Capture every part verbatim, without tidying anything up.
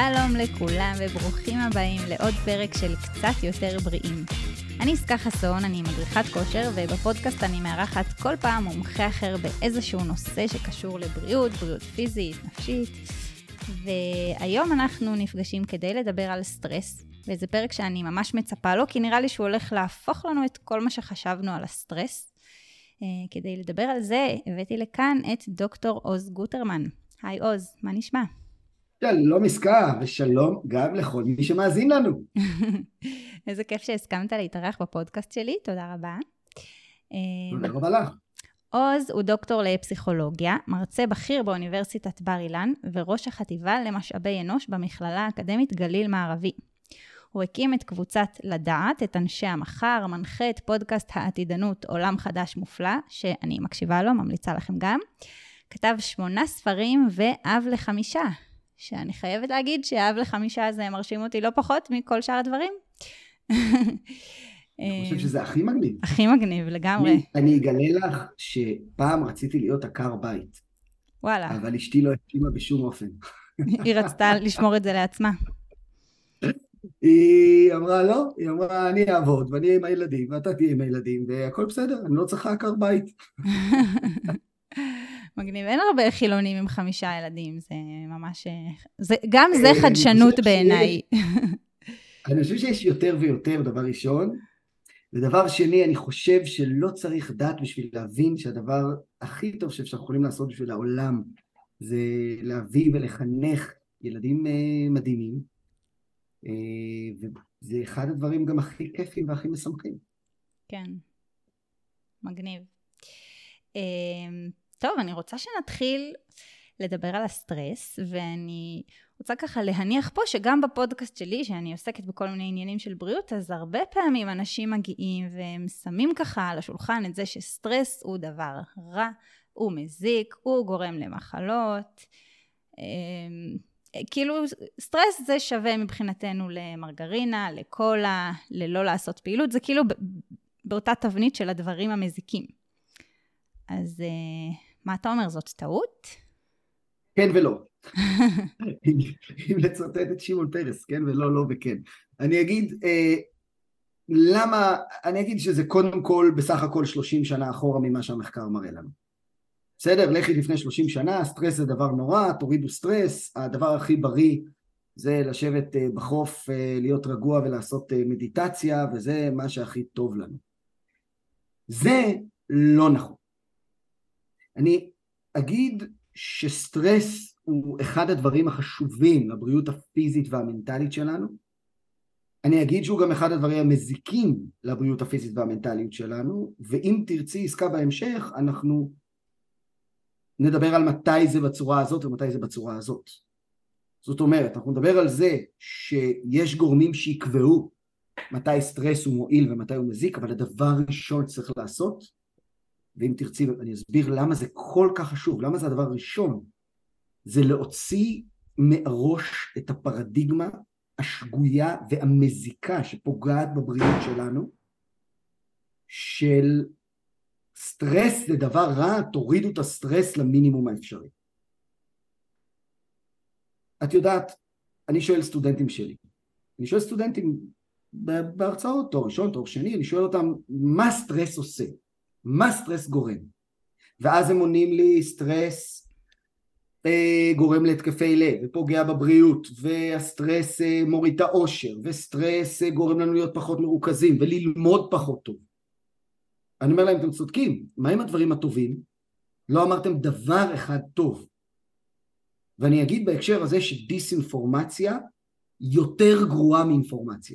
שלום לכולם וברוכים הבאים לעוד פרק של קצת יותר בריאים. אני סקה חסון, אני מדריכת כושר, ובפודקאסט אני מארחת כל פעם מומחה אחר באיזשהו נושא שקשור לבריאות, בריאות פיזית, נפשית. והיום אנחנו נפגשים כדי לדבר על סטרס, וזה פרק שאני ממש מצפה לו, כי נראה לי שהוא הולך להפוך לנו את כל מה שחשבנו על הסטרס. כדי לדבר על זה, הבאתי לכאן את דוקטור עוז גוטרמן. היי עוז, מה נשמע? שלום סקה, ושלום גם לכל מי שמאזין לנו. איזה כיף שהסכמת להתארח בפודקאסט שלי, תודה רבה. תודה רבה לך. עוז הוא דוקטור לפסיכולוגיה, מרצה בכיר באוניברסיטת בר אילן, וראש החטיבה למשאבי אנוש במכללה האקדמית גליל מערבי. הוא הקים את קבוצת לדעת, את אנשי המחר, מנחה את פודקאסט העתידנות עולם חדש מופלא, שאני מקשיבה לו, ממליצה לכם גם. כתב שמונה ספרים ואב לחמישה, שאני חייבת להגיד שאב לחמישה הזה מרשים אותי לא פחות מכל שאר הדברים. אני חושב שזה הכי מגניב. הכי מגניב, לגמרי. אני, אני אגלה לך שפעם רציתי להיות עקר בית. וואלה. אבל אשתי לא הסכימה בשום אופן. היא רצתה לשמור את זה לעצמה. היא אמרה לא, היא אמרה אני אעבוד ואני אהיה עם הילדים ואתה תהיה עם הילדים והכל בסדר, אני לא צריכה עקר בית. מגניב, אין הרבה חילונים עם חמישה ילדים, זה ממש, זה, גם זה חדשנות בעיניי. אני חושב שיש יותר ויותר, דבר ראשון, ודבר שני, אני חושב שלא צריך דת בשביל להבין שהדבר הכי טוב שאנחנו יכולים לעשות בשביל העולם, זה להביא ולחנך ילדים מדהימים, וזה אחד הדברים גם הכי כיפים והכי משמחים. כן, מגניב. טוב, אני רוצה שנתחיל לדבר על הסטרס, ואני רוצה ככה להניח פה שגם בפודקאסט שלי, שאני עוסקת בכל מיני עניינים של בריאות, אז הרבה פעמים אנשים מגיעים והם שמים ככה על השולחן את זה שסטרס הוא דבר רע, הוא מזיק, הוא גורם למחלות. כאילו סטרס זה שווה מבחינתנו למרגרינה, לקולה, ללא לעשות פעילות, זה כאילו באותה תבנית של הדברים המזיקים. אז מה אתה אומר, זאת טעות? כן ולא. אם לצטט את שמעון פרס, כן ולא, לא וכן. אני אגיד, אה, למה, אני אגיד שזה קודם כל בסך הכל שלושים שנה אחורה ממה שהמחקר מראה לנו. בסדר, לכי לפני שלושים שנה, סטרס זה דבר נורא, תורידו סטרס, הדבר הכי בריא זה לשבת אה, בחוף, אה, להיות רגוע ולעשות אה, מדיטציה, וזה מה שהכי טוב לנו. זה לא נכון. אני אגיד שסטרס הוא אחד הדברים החשובים לבריאות הפיזית והמנטלית שלנו. אני אגיד שהוא גם אחד הדברים המזיקים לבריאות הפיזית והמנטלית שלנו, ואם תרצי עסקה בהמשך, אנחנו נדבר על מתי זה בצורה הזאת ומתי זה בצורה הזאת. זאת אומרת, אנחנו נדבר על זה שיש גורמים שיקבעו מתי סטרס הוא מועיל ומתי הוא מזיק, אבל הדבר הראשון שצריך לעשות, ואם תרצי, אני אסביר למה זה כל כך חשוב, למה זה הדבר הראשון, זה להוציא מהראש את הפרדיגמה השגויה והמזיקה שפוגעת בבריאות שלנו, של סטרס זה דבר רע, תורידו את הסטרס למינימום האפשרי. את יודעת, אני שואל סטודנטים שלי, אני שואל סטודנטים בהרצאות, תואר ראשון, תואר שני, אני שואל אותם, מה סטרס עושה? מה סטרס גורם? ואז הם עונים לי, סטרס אה, גורם להתקפי לב, ופוגע בבריאות, והסטרס אה, מוריד את האושר, וסטרס אה, גורם לנו להיות פחות מרוכזים, וללמוד פחות טוב. אני אומר להם, אתם צודקים, מה עם הדברים הטובים? לא אמרתם דבר אחד טוב. ואני אגיד בהקשר הזה שדיסאינפורמציה יותר גרועה מאינפורמציה.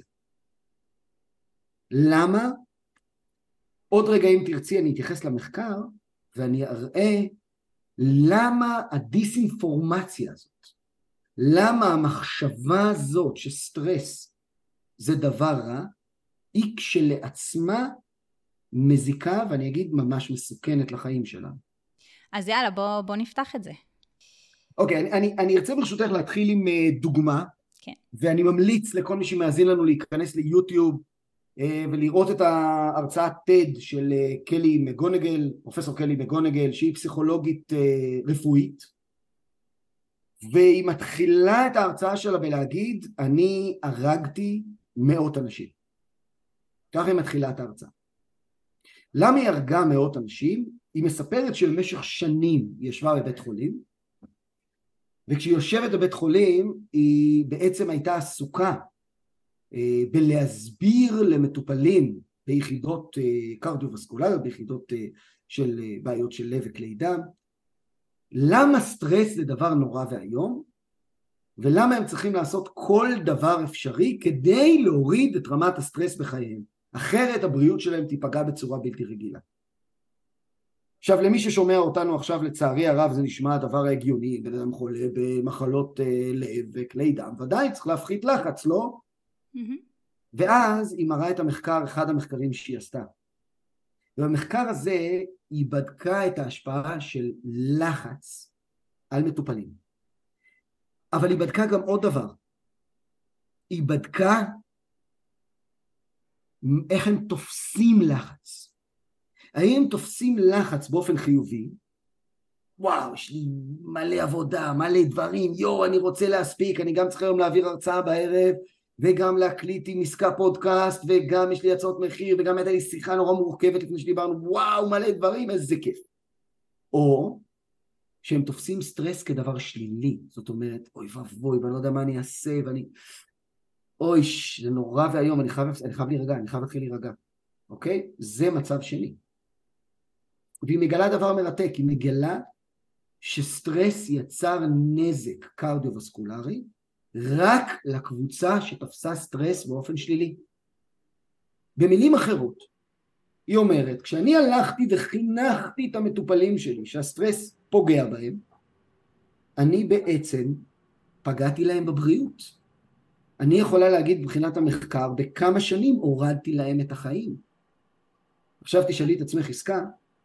למה? עוד רגע אם תרצי אני אתייחס למחקר ואני אראה למה הדיסאינפורמציה הזאת, למה המחשבה הזאת שסטרס זה דבר רע, היא כשלעצמה מזיקה ואני אגיד ממש מסוכנת לחיים שלנו. אז יאללה בוא, בוא נפתח את זה. אוקיי, אני, אני, אני ארצה ברשותך להתחיל עם דוגמה, כן. ואני ממליץ לכל מי שמאזין לנו להיכנס ליוטיוב, ולראות את ההרצאת טד של קלי מגונגל, פרופסור קלי מגונגל, שהיא פסיכולוגית רפואית, והיא מתחילה את ההרצאה שלה בלהגיד, אני הרגתי מאות אנשים. ככה היא מתחילה את ההרצאה. למה היא הרגה מאות אנשים? היא מספרת שבמשך שנים היא ישבה בבית חולים, וכשהיא יושבת בבית חולים, היא בעצם הייתה עסוקה אה, בלהסביר למטופלים ביחידות אה, קרדיו-וסקולריות, ביחידות אה, של אה, בעיות של לב וכלי דם, למה סטרס זה דבר נורא והיום, ולמה הם צריכים לעשות כל דבר אפשרי כדי להוריד את רמת הסטרס בחייהם. אחרת הבריאות שלהם תיפגע בצורה בלתי רגילה. עכשיו, למי ששומע אותנו עכשיו, לצערי הרב, זה נשמע הדבר ההגיוני, בן אדם חולה במחלות אה, לב וכלי דם, ודאי צריך להפחית לחץ, לא? Mm-hmm. ואז היא מראה את המחקר, אחד המחקרים שהיא עשתה. ובמחקר הזה היא בדקה את ההשפעה של לחץ על מטופלים. אבל היא בדקה גם עוד דבר. היא בדקה איך הם תופסים לחץ. האם הם תופסים לחץ באופן חיובי? וואו, יש לי מלא עבודה, מלא דברים, יו, אני רוצה להספיק, אני גם צריך היום להעביר הרצאה בערב, וגם להקליט עם עסקה פודקאסט, וגם יש לי הצעות מחיר, וגם הייתה לי שיחה נורא מורכבת לפני שדיברנו, וואו, מלא דברים, איזה כיף. או שהם תופסים סטרס כדבר שלילי, זאת אומרת, אוי ואבוי, ואני לא יודע מה אני אעשה, ואני... אוי, זה נורא והיום, אני חייב, אני חייב להירגע, אני חייב להתחיל להירגע. אוקיי? זה מצב שני. והיא מגלה דבר מרתק, היא מגלה שסטרס יצר נזק קרדיו-וסקולרי, רק לקבוצה שתפסה סטרס באופן שלילי. במילים אחרות, היא אומרת, כשאני הלכתי וחינכתי את המטופלים שלי, שהסטרס פוגע בהם, אני בעצם פגעתי להם בבריאות. אני יכולה להגיד מבחינת המחקר, בכמה שנים הורדתי להם את החיים. עכשיו תשאלי את עצמך עסקה,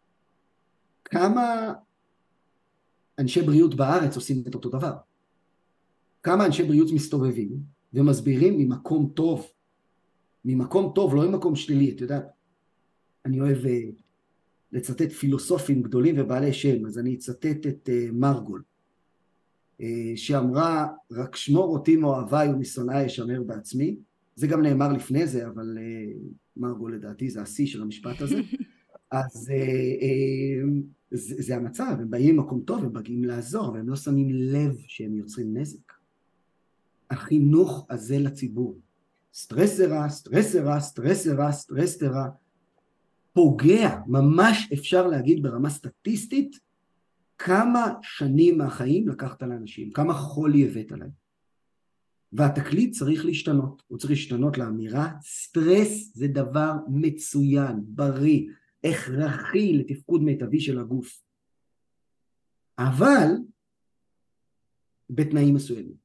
כמה אנשי בריאות בארץ עושים את אותו דבר? כמה אנשי בריאות מסתובבים ומסבירים ממקום טוב, ממקום טוב, לא ממקום שלילי, את יודעת, אני אוהב לצטט פילוסופים גדולים ובעלי שם, אז אני אצטט את מרגול, שאמרה, רק שמור אותי מאוהביי ומשונאיי אשמר בעצמי, זה גם נאמר לפני זה, אבל מרגול לדעתי זה השיא של המשפט הזה, אז זה, זה המצב, הם באים ממקום טוב, הם באים לעזור, אבל הם לא שמים לב שהם יוצרים נזק. החינוך הזה לציבור, סטרס זה רע, סטרס זה רע, סטרס זה רע, סטרס זה רע, פוגע, ממש אפשר להגיד ברמה סטטיסטית, כמה שנים מהחיים לקחת לאנשים, כמה חולי הבאת להם. והתקליט צריך להשתנות, הוא צריך להשתנות לאמירה, סטרס זה דבר מצוין, בריא, הכרחי לתפקוד מיטבי של הגוף. אבל, בתנאים מסוימים.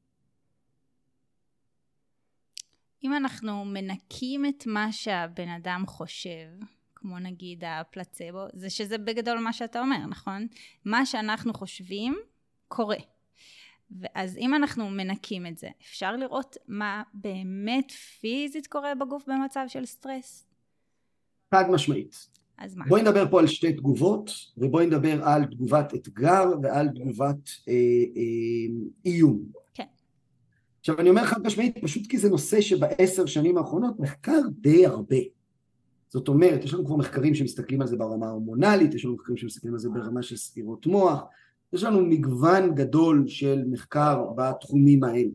אם אנחנו מנקים את מה שהבן אדם חושב, כמו נגיד הפלצבו, זה שזה בגדול מה שאתה אומר, נכון? מה שאנחנו חושבים קורה. אז אם אנחנו מנקים את זה, אפשר לראות מה באמת פיזית קורה בגוף במצב של סטרס? חד משמעית. אז מה? בואי נדבר פה על שתי תגובות, ובואי נדבר על תגובת אתגר ועל תגובת אה, אה, איום. כן. עכשיו אני אומר חד משמעית, פשוט כי זה נושא שבעשר שנים האחרונות מחקר די הרבה. זאת אומרת, יש לנו כבר מחקרים שמסתכלים על זה ברמה ההורמונלית, יש לנו מחקרים שמסתכלים על זה ברמה של ספירות מוח, יש לנו מגוון גדול של מחקר בתחומים האלה.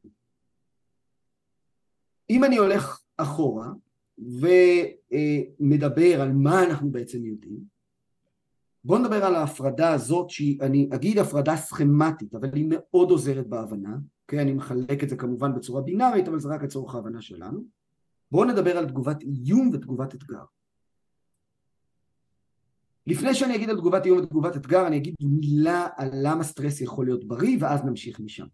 אם אני הולך אחורה ומדבר על מה אנחנו בעצם יודעים, בואו נדבר על ההפרדה הזאת, שאני אגיד הפרדה סכמטית, אבל היא מאוד עוזרת בהבנה, okay, אני מחלק את זה כמובן בצורה בינארית, אבל זה רק לצורך ההבנה שלנו. בואו נדבר על תגובת איום ותגובת אתגר. לפני שאני אגיד על תגובת איום ותגובת אתגר, אני אגיד מילה על למה סטרס יכול להיות בריא, ואז נמשיך משם.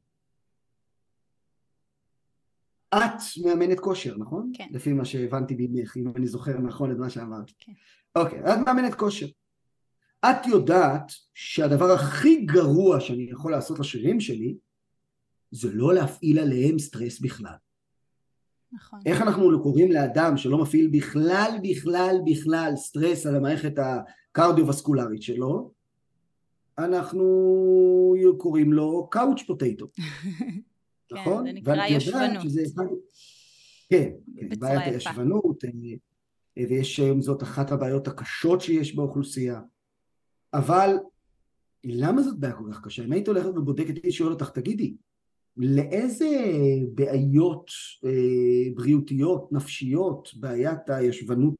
את מאמנת כושר, נכון? כן. לפי מה שהבנתי בימך, אם אני זוכר נכון את מה שאמרת. כן. אוקיי, את מאמנת כושר. את יודעת שהדבר הכי גרוע שאני יכול לעשות לשרירים שלי, זה לא להפעיל עליהם סטרס בכלל. נכון. איך אנחנו קוראים לאדם שלא מפעיל בכלל, בכלל, בכלל סטרס על המערכת הקרדיו-וסקולרית שלו? אנחנו קוראים לו קאוץ' פוטטו. נכון? כן, זה נקרא ישבנות. שזה... כן, כן, בעיית יפה. הישבנות, ויש זאת אחת הבעיות הקשות שיש באוכלוסייה. אבל למה זאת בעיה כל כך קשה? אם היית הולכת ובודקת, היא שואל אותך, תגידי, לאיזה בעיות אה, בריאותיות, נפשיות, בעיית הישבנות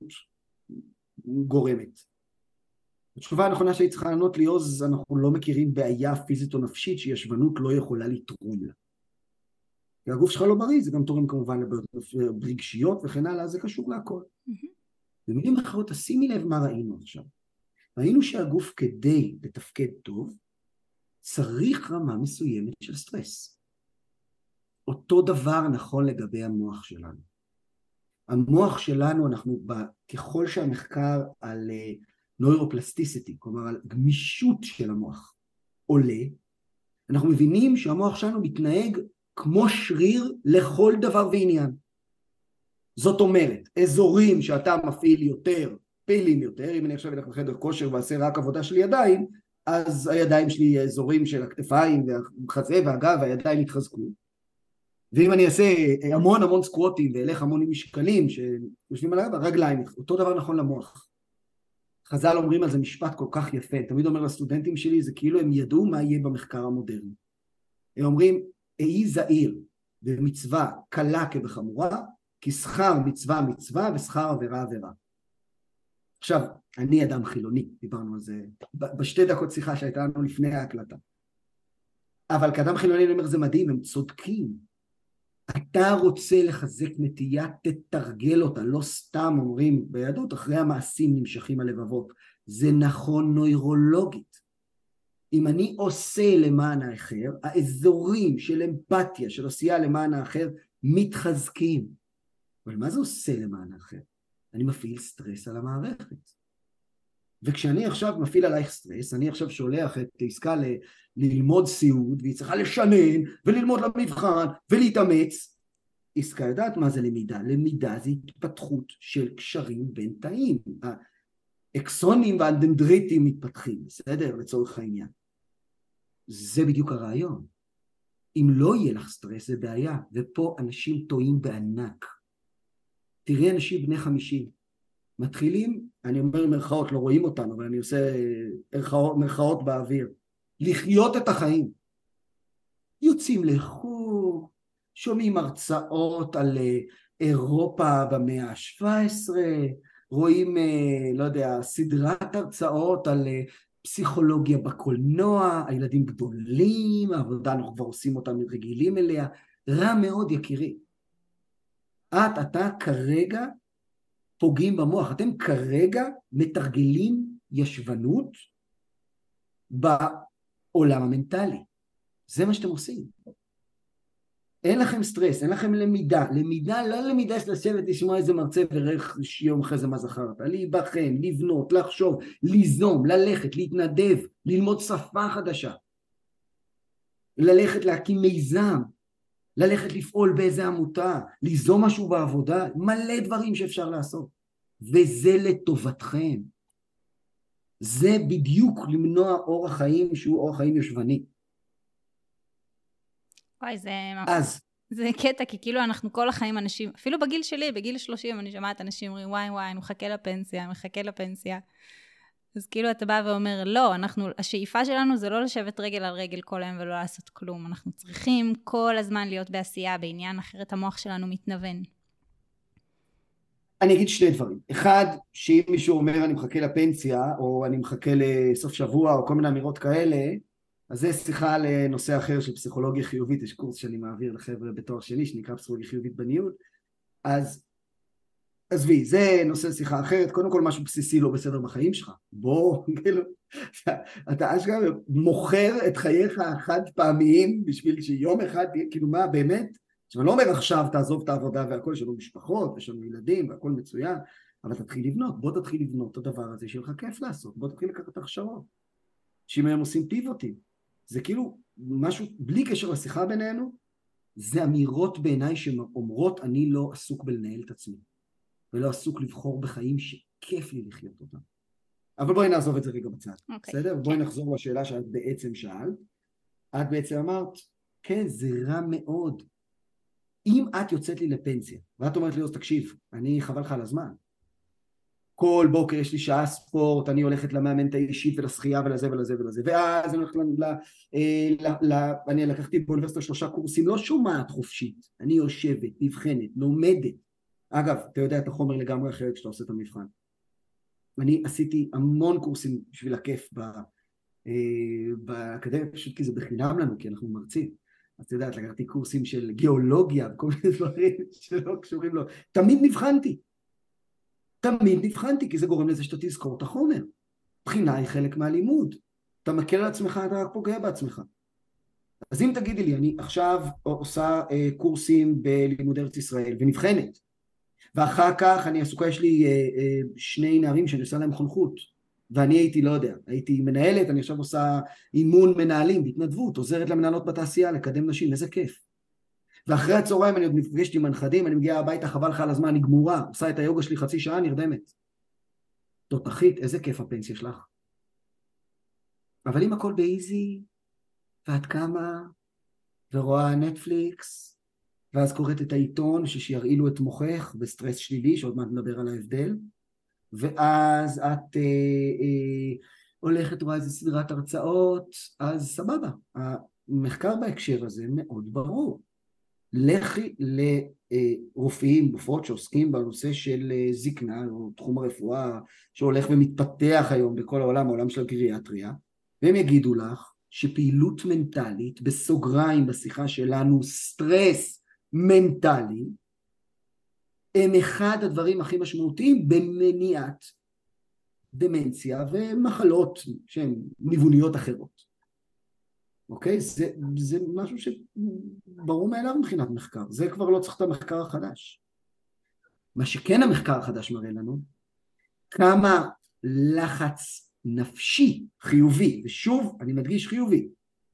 גורמת? התשובה הנכונה שהיא צריכה לענות לי, עוז, אנחנו לא מכירים בעיה פיזית או נפשית שישבנות לא יכולה לתרום לה. כי הגוף שלך לא בריא, זה גם תורם כמובן לבעיות רגשיות וכן הלאה, זה קשור להכל. במילים אחרות, תשימי לב מה ראינו עכשיו. ראינו שהגוף כדי לתפקד טוב, צריך רמה מסוימת של סטרס. אותו דבר נכון לגבי המוח שלנו. המוח שלנו, אנחנו, ככל שהמחקר על נוירופלסטיסיטי, כלומר על גמישות של המוח, עולה, אנחנו מבינים שהמוח שלנו מתנהג כמו שריר לכל דבר ועניין. זאת אומרת, אזורים שאתה מפעיל יותר, פעילים יותר, אם אני עכשיו אלך לחדר כושר ועשה רק עבודה של ידיים, אז הידיים שלי אזורים של הכתפיים והחזה והגב והידיים יתחזקו. ואם אני אעשה המון המון סקווטים ואלך המון עם משקלים שיושבים על הרגליים, אותו דבר נכון למוח. חז"ל אומרים על זה משפט כל כך יפה, תמיד אומר לסטודנטים שלי, זה כאילו הם ידעו מה יהיה במחקר המודרני. הם אומרים, אהי זהיר במצווה קלה כבחמורה, כי שכר מצווה מצווה ושכר עבירה עבירה. עכשיו, אני אדם חילוני, דיברנו על זה בשתי דקות שיחה שהייתה לנו לפני ההקלטה. אבל כאדם חילוני אני אומר, זה מדהים, הם צודקים. אתה רוצה לחזק נטייה, תתרגל אותה, לא סתם אומרים ביהדות, אחרי המעשים נמשכים הלבבות. זה נכון נוירולוגית. אם אני עושה למען האחר, האזורים של אמפתיה, של עשייה למען האחר, מתחזקים. אבל מה זה עושה למען האחר? אני מפעיל סטרס על המערכת. וכשאני עכשיו מפעיל עלייך סטרס, אני עכשיו שולח את עסקה ל- ללמוד סיעוד, והיא צריכה לשנן, וללמוד למבחן, ולהתאמץ. עסקה יודעת מה זה למידה? למידה זה התפתחות של קשרים בין תאים. האקסונים והדנדריטים מתפתחים, בסדר? לצורך העניין. זה בדיוק הרעיון. אם לא יהיה לך סטרס זה בעיה, ופה אנשים טועים בענק. תראי אנשים בני חמישים, מתחילים, אני אומר מרכאות, לא רואים אותנו, אבל אני עושה מרכאות, מרכאות באוויר, לחיות את החיים. יוצאים לחוג, שומעים הרצאות על אירופה במאה ה-שבע עשרה, רואים, לא יודע, סדרת הרצאות על פסיכולוגיה בקולנוע, הילדים גדולים, העבודה אנחנו כבר עושים אותם רגילים אליה, רע מאוד יקירי. את, אתה כרגע פוגעים במוח, אתם כרגע מתרגלים ישבנות בעולם המנטלי. זה מה שאתם עושים. אין לכם סטרס, אין לכם למידה. למידה, לא למידה של לשבת, לשמוע איזה מרצה ורך יום אחרי זה מה זכרת. להיבחן, לבנות, לחשוב, ליזום, ללכת, להתנדב, ללמוד שפה חדשה. ללכת להקים מיזם. ללכת לפעול באיזה עמותה, ליזום משהו בעבודה, מלא דברים שאפשר לעשות. וזה לטובתכם. זה בדיוק למנוע אורח חיים שהוא אורח חיים יושבני. וואי, זה... אז... זה קטע, כי כאילו אנחנו כל החיים אנשים, אפילו בגיל שלי, בגיל שלושים, אני שמעת אנשים אומרים, וואי וואי, אני מחכה לפנסיה, מחכה לפנסיה. אז כאילו אתה בא ואומר, לא, אנחנו, השאיפה שלנו זה לא לשבת רגל על רגל כל היום ולא לעשות כלום. אנחנו צריכים כל הזמן להיות בעשייה בעניין, אחרת המוח שלנו מתנוון. אני אגיד שני דברים. אחד, שאם מישהו אומר אני מחכה לפנסיה, או אני מחכה לסוף שבוע, או כל מיני אמירות כאלה, אז זה שיחה לנושא אחר של פסיכולוגיה חיובית. יש קורס שאני מעביר לחבר'ה בתואר שני, שנקרא פסיכולוגיה חיובית בניהול. אז עזבי, זה נושא שיחה אחרת. קודם כל משהו בסיסי לא בסדר בחיים שלך. בוא, כאילו, אתה אשכרה מוכר את חייך החד פעמיים בשביל שיום אחד, כאילו מה, באמת? עכשיו, אני לא אומר עכשיו תעזוב את העבודה והכל, יש לנו משפחות, יש לנו ילדים והכל מצוין, אבל תתחיל לבנות, בוא תתחיל לבנות את הדבר הזה שיהיה לך כיף לעשות, בוא תתחיל לקחת הכשרות. שאם הם עושים פיבוטים, זה כאילו משהו, בלי קשר לשיחה בינינו, זה אמירות בעיניי שאומרות אני לא עסוק בלנהל את עצמי. ולא עסוק לבחור בחיים שכיף לי לחיות אותם. אבל בואי נעזוב את זה רגע בצד. Okay. בסדר? בואי נחזור לשאלה שאת בעצם שאלת. את בעצם אמרת, כן, זה רע מאוד. אם את יוצאת לי לפנסיה, ואת אומרת לי, אז תקשיב, אני חבל לך על הזמן. כל בוקר יש לי שעה ספורט, אני הולכת למאמנת האישית ולשחייה ולזה ולזה ולזה, ואז אני הולכת ל... ל... ל... אני לקחתי באוניברסיטה שלושה קורסים, לא שומעת חופשית, אני יושבת, נבחנת, לומדת. אגב, אתה יודע את החומר לגמרי אחרת כשאתה עושה את המבחן. אני עשיתי המון קורסים בשביל הכיף ב... באקדמיה, פשוט כי זה בחינם לנו, כי אנחנו מרצים. אז אתה יודעת, לקחתי קורסים של גיאולוגיה וכל מיני דברים שלא קשורים לו. תמיד נבחנתי. תמיד נבחנתי, כי זה גורם לזה שאתה תזכור את החומר. בחינה היא חלק מהלימוד. אתה מקל על עצמך, אתה רק פוגע בעצמך. אז אם תגידי לי, אני עכשיו עושה קורסים בלימוד ארץ ישראל, ונבחנת, ואחר כך אני עסוקה, יש לי שני נערים שאני עושה להם חונכות, ואני הייתי, לא יודע, הייתי מנהלת, אני עכשיו עושה אימון מנהלים, בהתנדבות, עוזרת למנהלות בתעשייה, לקדם נשים, איזה כיף. ואחרי הצהריים אני עוד מפגשת עם מנחדים, אני מגיעה הביתה, חבל לך על הזמן, אני גמורה, עושה את היוגה שלי חצי שעה, נרדמת. תותחית, איזה כיף הפנסיה שלך. אבל אם הכל באיזי, ואת קמה, ורואה נטפליקס, ואז קוראת את העיתון, שירעילו את מוחך, בסטרס שלילי, שעוד מעט נדבר על ההבדל, ואז את אה, אה, הולכת רואה איזה סדרת הרצאות, אז סבבה. המחקר בהקשר הזה מאוד ברור. לכי לרופאים, רופאות שעוסקים בנושא של זקנה, או תחום הרפואה שהולך ומתפתח היום בכל העולם, העולם של הגריאטריה, והם יגידו לך שפעילות מנטלית, בסוגריים בשיחה שלנו, סטרס מנטלי, הם אחד הדברים הכי משמעותיים במניעת דמנציה ומחלות שהן ניווניות אחרות. אוקיי? זה, זה משהו שברור מאליו מבחינת מחקר. זה כבר לא צריך את המחקר החדש. מה שכן המחקר החדש מראה לנו, כמה לחץ נפשי חיובי, ושוב אני מדגיש חיובי,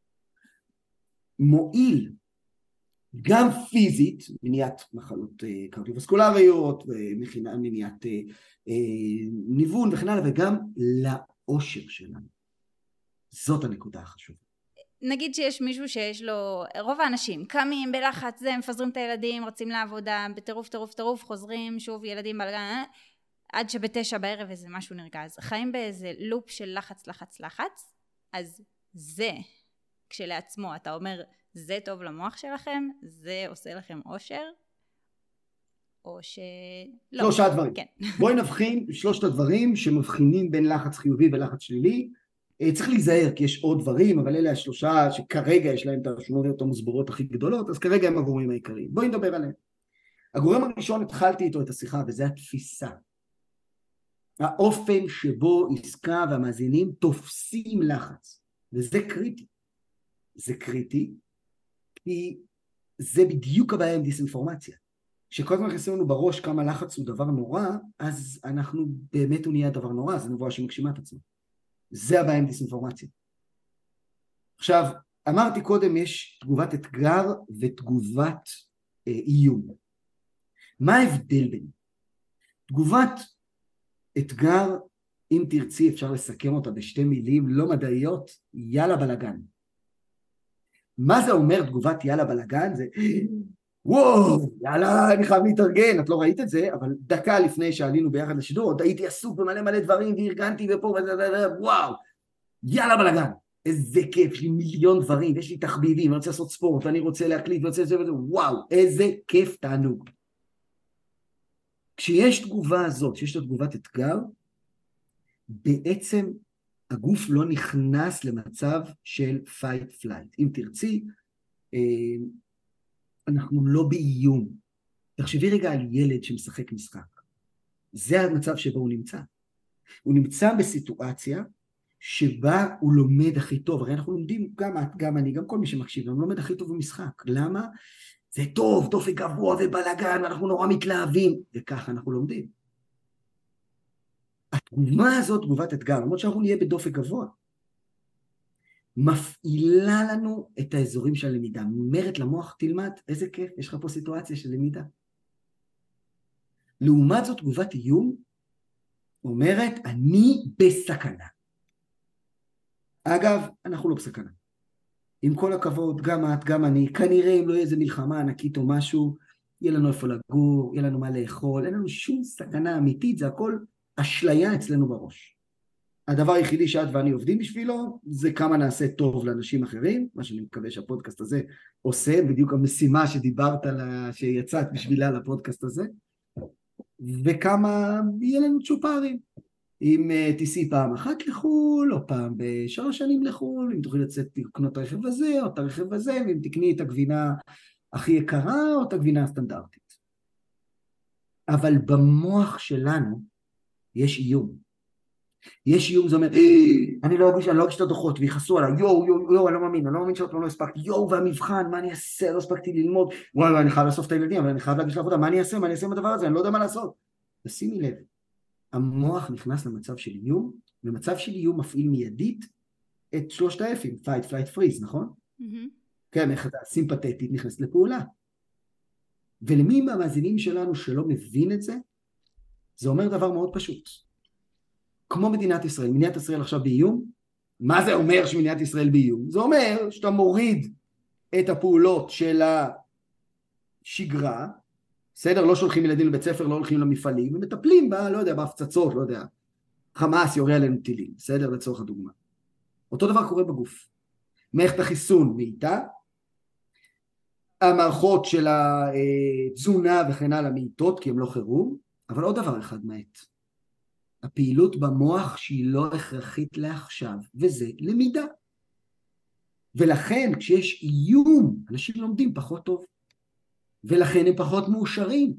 מועיל גם פיזית, מניעת מחלות קרדיו-וסקולריות, ומניעת ניוון וכן הלאה, וגם לאושר שלנו. זאת הנקודה החשובה. נגיד שיש מישהו שיש לו, רוב האנשים קמים בלחץ, זה, מפזרים את הילדים, רצים לעבודה, בטירוף, טירוף, טירוף, חוזרים, שוב ילדים בלגן, עד שבתשע בערב איזה משהו נרגז. חיים באיזה לופ של לחץ, לחץ, לחץ, אז זה, כשלעצמו, אתה אומר, זה טוב למוח שלכם, זה עושה לכם אושר, או ש... לא. שלושה דברים. כן. בואי נבחין שלושת הדברים שמבחינים בין לחץ חיובי ולחץ שלילי. צריך להיזהר כי יש עוד דברים, אבל אלה השלושה שכרגע יש להם את השונות המוסברות הכי גדולות, אז כרגע הם הגורמים העיקריים. בואי נדבר עליהם. הגורם הראשון, התחלתי איתו את השיחה, וזה התפיסה. האופן שבו עסקה והמאזינים תופסים לחץ, וזה קריטי. זה קריטי, כי זה בדיוק הבעיה עם דיסאינפורמציה. שכל הזמן נכנסים לנו בראש כמה לחץ הוא דבר נורא, אז אנחנו באמת הוא נהיה דבר נורא, זה נבואה שמגשימה את עצמו. זה הבעיה עם דיסאינפורמציה. עכשיו, אמרתי קודם, יש תגובת אתגר ותגובת אה, איום. מה ההבדל בין? תגובת אתגר, אם תרצי, אפשר לסכם אותה בשתי מילים לא מדעיות, יאללה בלגן. מה זה אומר תגובת יאללה בלגן? זה, וואו, יאללה, אני חייב להתארגן, את לא ראית את זה, אבל דקה לפני שעלינו ביחד לשידור, עוד הייתי עסוק במלא מלא דברים, והרגנתי ופה, וואו, יאללה בלגן, איזה כיף, יש לי מיליון דברים, יש לי תחביבים, אני רוצה לעשות ספורט, ואני רוצה להקליט, ואני רוצה לזה וזה, וואו, איזה כיף תענוג. כשיש תגובה הזאת, כשיש את תגובת אתגר, בעצם הגוף לא נכנס למצב של fight flight. אם תרצי, אנחנו לא באיום. תחשבי רגע על ילד שמשחק משחק. זה המצב שבו הוא נמצא. הוא נמצא בסיטואציה שבה הוא לומד הכי טוב. הרי אנחנו לומדים, גם את, גם אני, גם כל מי שמקשיב, הוא לומד הכי טוב במשחק. למה? זה טוב, דופק גבוה ובלגן, ואנחנו נורא מתלהבים, וככה אנחנו לומדים. התגובה הזאת, תגובת אתגר, למרות שאנחנו נהיה בדופק גבוה, מפעילה לנו את האזורים של הלמידה, אומרת למוח, תלמד, איזה כיף, יש לך פה סיטואציה של למידה. לעומת זאת, תגובת איום, אומרת, אני בסכנה. אגב, אנחנו לא בסכנה. עם כל הכבוד, גם את, גם אני, כנראה אם לא יהיה איזה מלחמה ענקית או משהו, יהיה לנו איפה לגור, יהיה לנו מה לאכול, אין לנו שום סכנה אמיתית, זה הכל אשליה אצלנו בראש. הדבר היחידי שאת ואני עובדים בשבילו, זה כמה נעשה טוב לאנשים אחרים, מה שאני מקווה שהפודקאסט הזה עושה, בדיוק המשימה שדיברת לה, שיצאת בשבילה לפודקאסט הזה, וכמה יהיה לנו צ'ופרים. אם uh, תיסעי פעם אחת לחול, או פעם בשלוש שנים לחול, אם תוכלי לצאת לקנות רכב הזה, או את הרכב הזה, ואם תקני את הגבינה הכי יקרה, או את הגבינה הסטנדרטית. אבל במוח שלנו יש איום. יש איום, זה אומר, אני לא אגיש, אני לא אגיש את הדוחות, ויחסו עליי, יואו, יואו, יואו, אני לא מאמין, אני לא מאמין שעוד לא הספקתי, יואו, והמבחן, מה אני אעשה, לא הספקתי ללמוד, וואי, וואי, אני חייב לאסוף את הילדים, אבל אני חייב להגיש לעבודה, מה אני אעשה, מה אני אעשה עם הדבר הזה, אני לא יודע מה לעשות. תשימי לב, המוח נכנס למצב של איום, ומצב של איום מפעיל מיידית את שלושת האפים, fight, flight, freeze, נכון? Mm-hmm. כן, איך אתה סימפתטית נכנסת לפעולה. ולמי מהמאזינים שלנו שלא מבין את זה, זה אומר דבר מאוד פשוט. כמו מדינת ישראל, מדינת ישראל עכשיו באיום, מה זה אומר שמדינת ישראל באיום? זה אומר שאתה מוריד את הפעולות של השגרה, בסדר? לא שולחים ילדים לבית ספר, לא הולכים למפעלים, ומטפלים בה, לא יודע, בהפצצות, לא יודע, חמאס יורה עלינו טילים, בסדר? לצורך הדוגמה. אותו דבר קורה בגוף. מערכת החיסון מאיתה, המערכות של התזונה וכן הלאה מאיתות, כי הם לא חירום, אבל עוד דבר אחד מעט. הפעילות במוח שהיא לא הכרחית לעכשיו, וזה למידה. ולכן כשיש איום, אנשים לומדים פחות טוב, ולכן הם פחות מאושרים.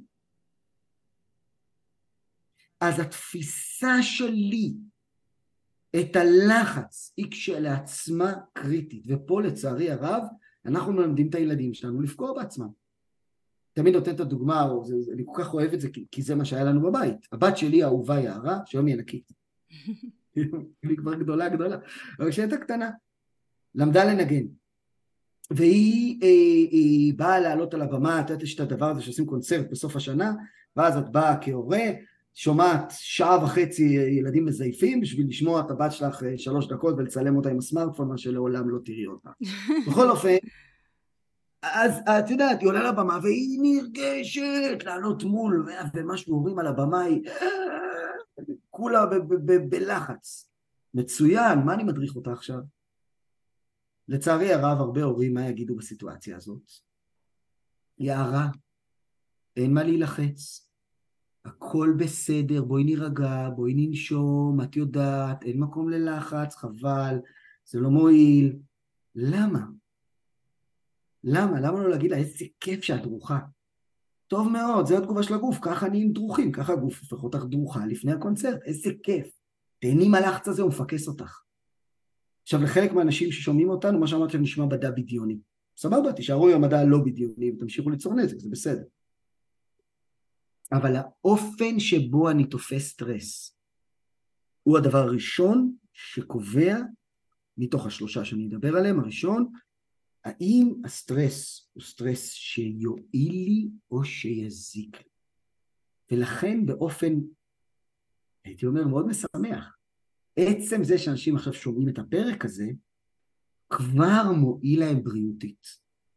אז התפיסה שלי, את הלחץ, היא כשלעצמה קריטית, ופה לצערי הרב, אנחנו מלמדים את הילדים שלנו לפגוע בעצמם. תמיד נותן את הדוגמה, או זה, אני כל כך אוהב את זה, כי, כי זה מה שהיה לנו בבית. הבת שלי, האהובה יערה, שהיום היא ענקית. היא כבר גדולה גדולה, אבל כשהייתה קטנה, למדה לנגן. והיא היא, היא באה לעלות על הבמה, את יודעת יש את הדבר הזה שעושים קונצרט בסוף השנה, ואז את באה כהורה, שומעת שעה וחצי ילדים מזייפים, בשביל לשמוע את הבת שלך שלוש דקות, ולצלם אותה עם הסמארטפון, מה שלעולם לא תראי אותה. בכל אופן, אז את יודעת, היא עולה לבמה, והיא נרגשת לעלות מול, ומה שאומרים על הבמה היא, כולה בלחץ. מצוין, מה אני מדריך אותה עכשיו? לצערי הרב, הרבה הורים, מה יגידו בסיטואציה הזאת? יערה, אין מה להילחץ, הכל בסדר, בואי נירגע, בואי ננשום, את יודעת, אין מקום ללחץ, חבל, זה לא מועיל. למה? למה? למה לא להגיד לה, איזה כיף שאת דרוכה? טוב מאוד, זו התגובה של הגוף, ככה נהיים דרוכים, ככה הגוף הופך אותך דרוכה לפני הקונצרט, איזה כיף. תהני מהלחץ הזה, הוא מפקס אותך. עכשיו, לחלק מהאנשים ששומעים אותנו, מה שאמרת נשמע מדע בדיוני. סבבה, תישארו עם המדע לא בדיוני, ותמשיכו ליצור נזק, זה בסדר. אבל האופן שבו אני תופס סטרס, הוא הדבר הראשון שקובע, מתוך השלושה שאני אדבר עליהם, הראשון, האם הסטרס הוא סטרס שיועיל לי או שיזיק לי. ולכן באופן, הייתי אומר, מאוד משמח, עצם זה שאנשים עכשיו שומעים את הפרק הזה, כבר מועיל להם בריאותית.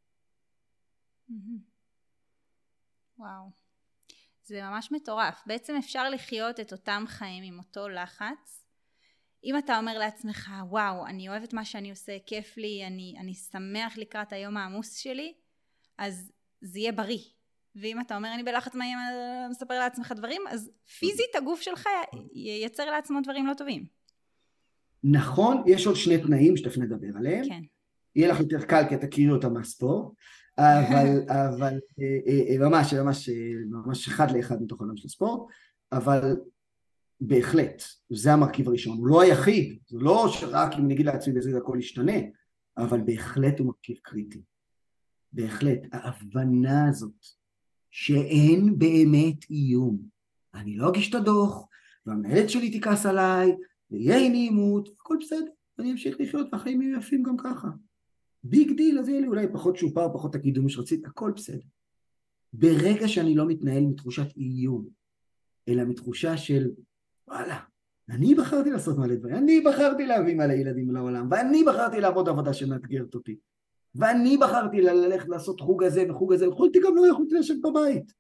וואו. זה ממש מטורף. בעצם אפשר לחיות את אותם חיים עם אותו לחץ. אם אתה אומר לעצמך, וואו, אני אוהב את מה שאני עושה, כיף לי, אני, אני שמח לקראת היום העמוס שלי, אז זה יהיה בריא. ואם אתה אומר, אני בלחץ מה יהיה, מספר לעצמך דברים, אז פיזית הגוף שלך ייצר לעצמו דברים לא טובים. נכון, יש עוד שני תנאים שתכף נדבר עליהם. כן. יהיה לך יותר קל כי אתה תכירי אותם מהספורט, אבל, אבל ממש, ממש, ממש אחד לאחד מתוך העולם של הספורט, אבל בהחלט, זה המרכיב הראשון. הוא לא היחיד, זה לא שרק אם נגיד לעצמי בזה הכל ישתנה, אבל בהחלט הוא מרכיב קריטי. בהחלט, ההבנה הזאת שאין באמת איום. אני לא אגיש את הדוח, והמנהלת שלי תיכעס עליי, ויהיה עם נעימות, הכל בסדר, אני אמשיך לחיות, והחיים יהיו יפים גם ככה. ביג דיל, אז יהיה לי אולי פחות שופר, פחות הקידום שרצית, הכל בסדר. ברגע שאני לא מתנהל מתחושת איום, אלא מתחושה של וואלה, אני בחרתי לעשות מלא דברים, אני בחרתי להביא מלא ילדים לעולם, ואני בחרתי לעבוד עבודה שמאתגרת אותי, ואני בחרתי ללכת לעשות חוג הזה וחוג הזה, יכולתי גם לא יכולתי לשבת בבית.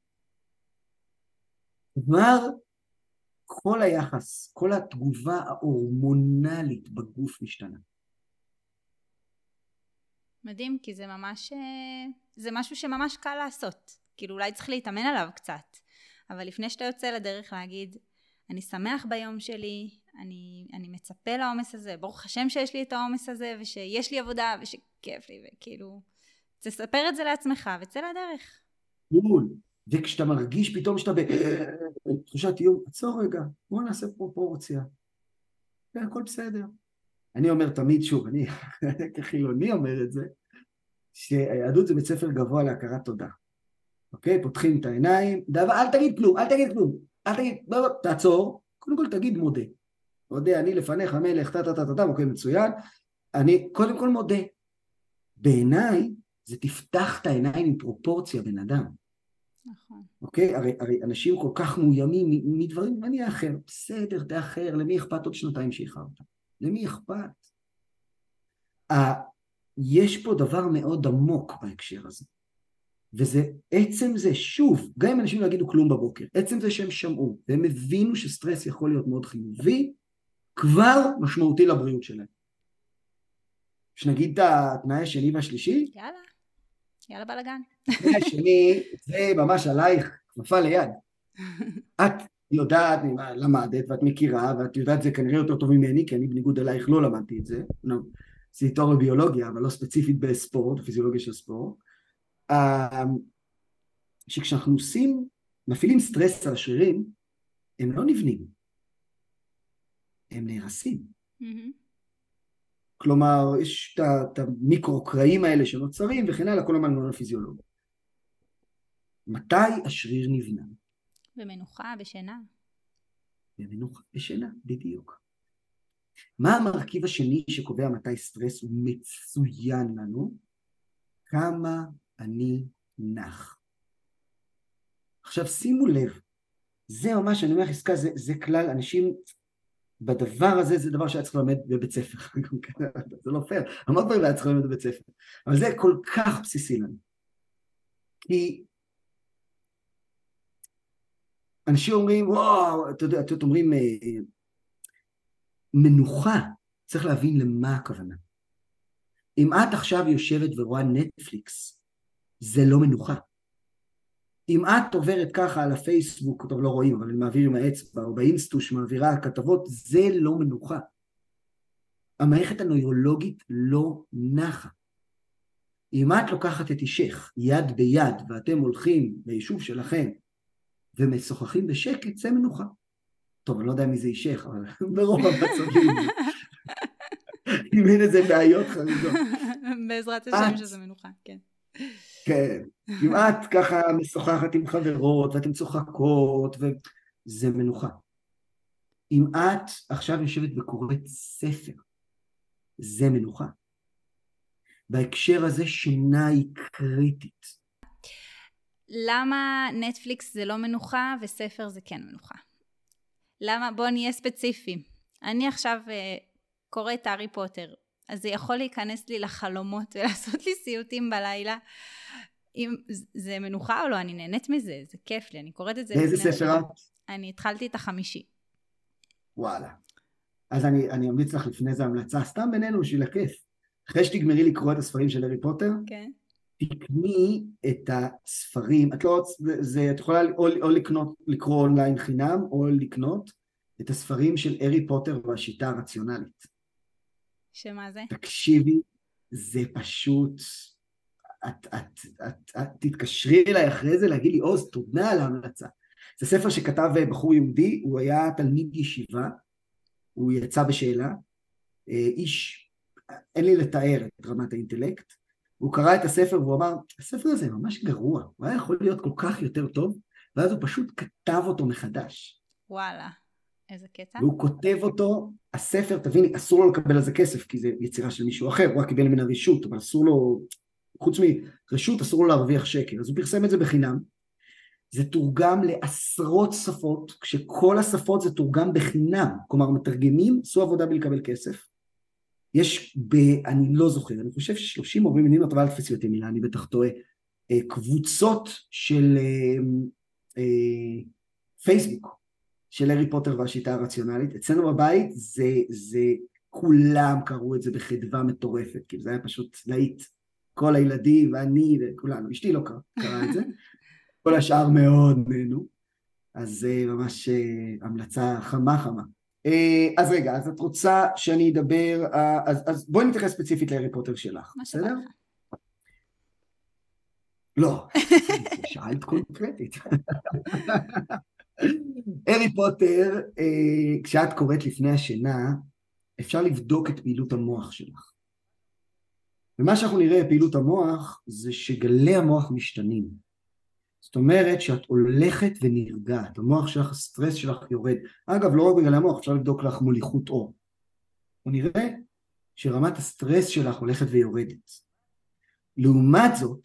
כבר כל היחס, כל התגובה ההורמונלית בגוף משתנה. מדהים, כי זה ממש, זה משהו שממש קל לעשות. כאילו אולי צריך להתאמן עליו קצת. אבל לפני שאתה יוצא לדרך להגיד, אני שמח ביום שלי, אני, אני מצפה לעומס הזה, ברוך השם שיש לי את העומס הזה, ושיש לי עבודה, ושכיף לי, וכאילו, תספר את זה לעצמך, וצא לדרך. בול. וכשאתה מרגיש פתאום שאתה בתחושת איום, עצור רגע, בוא נעשה פרופורציה. זה הכל בסדר. אני אומר תמיד, שוב, אני כחילוני אומר את זה, שהיהדות זה בית ספר גבוה להכרת תודה. אוקיי? פותחים את העיניים, דבר, אל תגיד כלום, אל תגיד כלום, אל תגיד, בוא, בוא, תעצור, קודם כל תגיד מודה. מודה, אני לפניך המלך, תא, תא, תא, תא, אוקיי, מצוין. אני קודם כל מודה. בעיניי, זה תפתח את העיניים עם פרופורציה בן אדם. נכון. אוקיי? הרי, הרי אנשים כל כך מאוימים מדברים, אני אחר, בסדר, תאחר, למי אכפת עוד שנתיים שאיחרת? למי אכפת? יש פה דבר מאוד עמוק בהקשר הזה. וזה, עצם זה, שוב, גם אם אנשים לא יגידו כלום בבוקר, עצם זה שהם שמעו, והם הבינו שסטרס יכול להיות מאוד חיובי, כבר משמעותי לבריאות שלהם. שנגיד את התנאי השני והשלישי? יאללה, יאללה בלגן. התנאי השני, זה ממש עלייך, כפפה ליד. את יודעת, למדת ואת מכירה, ואת יודעת זה כנראה יותר טוב ממני, כי אני בניגוד אלייך לא למדתי את זה, זה תואר בביולוגיה, אבל לא ספציפית בספורט, פיזיולוגיה של ספורט, שכשאנחנו עושים, מפעילים סטרס על השרירים, הם לא נבנים, הם נהרסים. כלומר, יש את המיקרו-קרעים האלה שנוצרים, וכן הלאה, כל המנגנון הפיזיולוגי. מתי השריר נבנה? במנוחה, בשינה. במנוחה, בשינה, בדיוק. מה המרכיב השני שקובע מתי סטרס הוא מצוין לנו? כמה אני נח. עכשיו שימו לב, זה ממש, אני אומר חזקה, זה, זה כלל, אנשים בדבר הזה, זה דבר שהיה צריך ללמד בבית ספר. זה לא פייר, המון דברים היה צריך ללמד בבית ספר. אבל זה כל כך בסיסי לנו. כי אנשים אומרים, וואו, אתה יודע, אתם אומרים, מנוחה, צריך להבין למה הכוונה. אם את עכשיו יושבת ורואה נטפליקס, זה לא מנוחה. אם את עוברת ככה על הפייסבוק, טוב לא רואים, אבל אני מעביר עם האצבע, או באינסטוש מעבירה כתבות, זה לא מנוחה. המערכת הנוירולוגית לא נחה. אם את לוקחת את אישך יד ביד, ואתם הולכים ליישוב שלכם, ומשוחחים בשקט, זה מנוחה. טוב, אני לא יודע מי זה אישך, אבל ברוב המצבים. אם אין איזה בעיות חריגות. בעזרת השם שזה מנוחה, כן. כן, אם את ככה משוחחת עם חברות, ואתן צוחקות, וזה מנוחה. אם את עכשיו יושבת וקוראת ספר, זה מנוחה. בהקשר הזה שינה היא קריטית. למה נטפליקס זה לא מנוחה וספר זה כן מנוחה? למה? בוא נהיה ספציפיים. אני עכשיו uh, קוראת הארי פוטר, אז זה יכול להיכנס לי לחלומות ולעשות לי סיוטים בלילה. אם זה מנוחה או לא, אני נהנית מזה, זה כיף לי, אני קוראת את זה. איזה ספר את? אני התחלתי את החמישי. וואלה. אז אני, אני אמליץ לך לפני זה המלצה, סתם בינינו בשביל הכיף. אחרי שתגמרי לקרוא את הספרים של הארי פוטר, כן. תקני את הספרים, את לא, זה, את יכולה או, או לקנות, לקרוא אונליין חינם, או לקנות את הספרים של הארי פוטר והשיטה הרציונלית. שמה זה? תקשיבי, זה פשוט, את, את, את, את תתקשרי אליי אחרי זה להגיד לי, עוז, תודה על ההמלצה. זה ספר שכתב בחור יהודי, הוא היה תלמיד ישיבה, הוא יצא בשאלה, איש, אין לי לתאר את רמת האינטלקט, הוא קרא את הספר והוא אמר, הספר הזה ממש גרוע, הוא היה יכול להיות כל כך יותר טוב, ואז הוא פשוט כתב אותו מחדש. וואלה, איזה קטע. והוא כותב אותו, הספר, תביני, אסור לו לקבל על זה כסף, כי זה יצירה של מישהו אחר, הוא רק קיבל ממנה רשות, אבל אסור לו, חוץ מרשות, אסור לו להרוויח שקל, אז הוא פרסם את זה בחינם, זה תורגם לעשרות שפות, כשכל השפות זה תורגם בחינם, כלומר מתרגמים, עשו עבודה בלקבל כסף. יש ב... אני לא זוכר, אני חושב ש-שלושים ארבעים מילים, אבל אל תפסי אותי מילה, אני בטח טועה, קבוצות של פייסבוק, של הארי פוטר והשיטה הרציונלית. אצלנו בבית זה, זה, כולם קראו את זה בחדווה מטורפת, כי זה היה פשוט להיט, כל הילדים ואני וכולנו, אשתי לא קרא, קרא את זה, כל השאר מאוד נהנו, אז זה ממש המלצה חמה חמה. אז רגע, אז את רוצה שאני אדבר, אז, אז בואי נתייחס ספציפית להארי פוטר שלך, בסדר? לא, שאלת קונקרטית. הארי פוטר, כשאת קוראת לפני השינה, אפשר לבדוק את פעילות המוח שלך. ומה שאנחנו נראה בפעילות המוח, זה שגלי המוח משתנים. זאת אומרת שאת הולכת ונרגעת, המוח שלך, הסטרס שלך יורד. אגב, לא רק בגלל המוח, אפשר לבדוק לך מוליכות אור. ונראה שרמת הסטרס שלך הולכת ויורדת. לעומת זאת,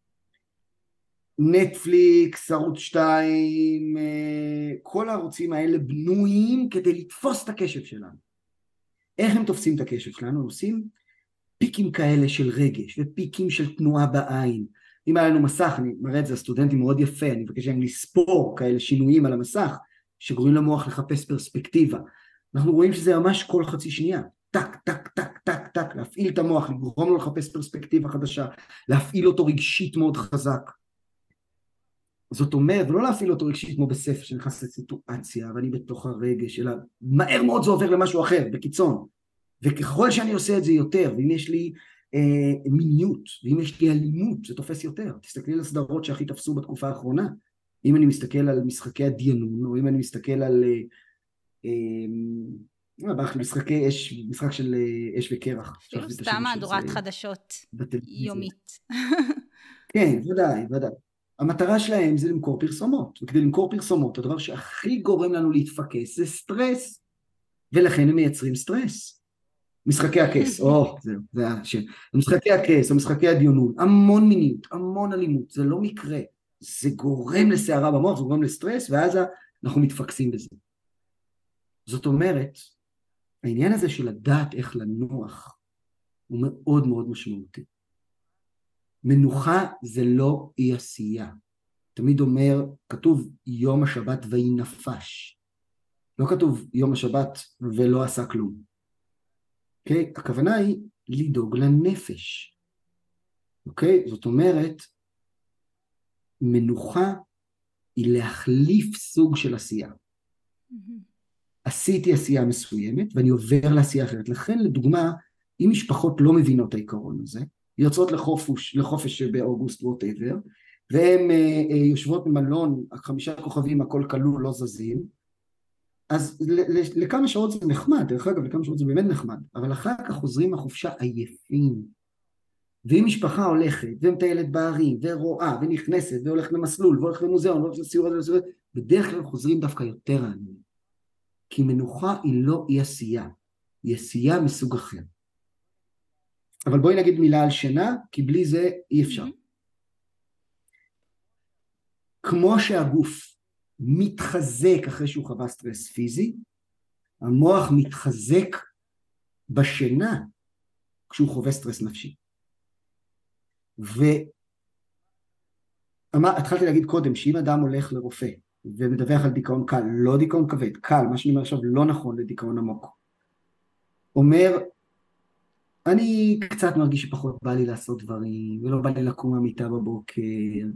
נטפליקס, ערוץ שתיים, כל הערוצים האלה בנויים כדי לתפוס את הקשב שלנו. איך הם תופסים את הקשב שלנו? הם עושים פיקים כאלה של רגש ופיקים של תנועה בעין. אם היה לנו מסך, אני מראה את זה, הסטודנטים מאוד יפה, אני מבקש להם לספור כאלה שינויים על המסך, שגורמים למוח לחפש פרספקטיבה. אנחנו רואים שזה ממש כל חצי שנייה, טק, טק, טק, טק, טק, להפעיל את המוח, לגרום לו לחפש פרספקטיבה חדשה, להפעיל אותו רגשית מאוד חזק. זאת אומרת, ולא להפעיל אותו רגשית כמו בספר, שנכנס לסיטואציה, ואני בתוך הרגש, אלא מהר מאוד זה עובר למשהו אחר, בקיצון. וככל שאני עושה את זה יותר, ואם יש לי אה, מיניות, ואם יש לי אלימות, זה תופס יותר. תסתכלי על הסדרות שהכי תפסו בתקופה האחרונה. אם אני מסתכל על משחקי הדיינון, או אם אני מסתכל על... אה, אה, משחקי אש, משחק של אש וקרח. אפילו סתם מהדורת חדשות יומית. כן, ודאי, ודאי. המטרה שלהם זה למכור פרסומות, וכדי למכור פרסומות, הדבר שהכי גורם לנו להתפקס זה סטרס, ולכן הם מייצרים סטרס. משחקי הכס, או, זהו, זה השם. משחקי הכס, או משחקי הדיונון, המון מיניות, המון אלימות, זה לא מקרה, זה גורם לסערה במוח, זה גורם לסטרס, ואז אנחנו מתפקסים בזה. זאת אומרת, העניין הזה של לדעת איך לנוח, הוא מאוד מאוד משמעותי. מנוחה זה לא אי עשייה. תמיד אומר, כתוב יום השבת ואי נפש. לא כתוב יום השבת ולא עשה כלום. אוקיי? הכוונה היא לדאוג לנפש. אוקיי? זאת אומרת, מנוחה היא להחליף סוג של עשייה. עשיתי עשייה מסוימת ואני עובר לעשייה אחרת. לכן, לדוגמה, אם משפחות לא מבינות העיקרון הזה, יוצאות לחופש, לחופש באוגוסט ווטאבר, והן אה, אה, יושבות במלון, חמישה כוכבים, הכל כלול, לא זזים, אז לכמה שעות זה נחמד, דרך אגב, לכמה שעות זה באמת נחמד, אבל אחר כך חוזרים מהחופשה עייפים, ואם משפחה הולכת, ומטיילת בערים, ורואה, ונכנסת, והולכת למסלול, והולכת למוזיאון, והולכת לסיור, בדרך כלל חוזרים דווקא יותר עניים, כי מנוחה היא לא אי עשייה, היא עשייה מסוג אחר. אבל בואי נגיד מילה על שינה, כי בלי זה אי אפשר. כמו שהגוף מתחזק אחרי שהוא חווה סטרס פיזי, המוח מתחזק בשינה כשהוא חווה סטרס נפשי. והתחלתי להגיד קודם, שאם אדם הולך לרופא ומדווח על דיכאון קל, לא דיכאון כבד, קל, מה שאני אומר עכשיו לא נכון לדיכאון עמוק, אומר, אני קצת מרגיש שפחות בא לי לעשות דברים, ולא בא לי לקום מהמיטה בבוקר,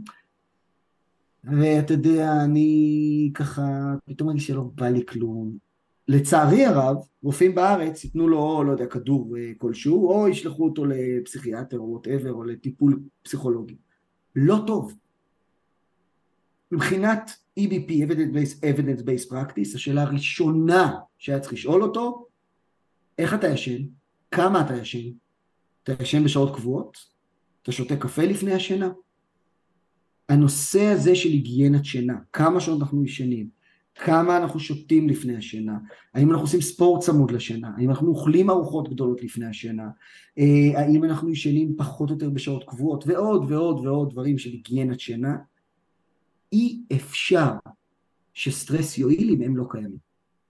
ואתה יודע, אני ככה, פתאום מרגיש שלא בא לי כלום. לצערי הרב, רופאים בארץ ייתנו לו, או לא יודע, כדור כלשהו, או ישלחו אותו לפסיכיאטר או whatever, או לטיפול פסיכולוגי. לא טוב. מבחינת E B P, Evidence Based Practice, השאלה הראשונה שהיה צריך לשאול אותו, איך אתה ישן? כמה אתה ישן? אתה ישן בשעות קבועות? אתה שותה קפה לפני השינה? הנושא הזה של היגיינת שינה, כמה שעות אנחנו ישנים, כמה אנחנו שותים לפני השינה, האם אנחנו עושים ספורט צמוד לשינה, האם אנחנו אוכלים ארוחות גדולות לפני השינה, האם אנחנו ישנים פחות או יותר בשעות קבועות, ועוד ועוד ועוד דברים של היגיינת שינה, אי אפשר שסטרס יועיל אם הם לא קיימים.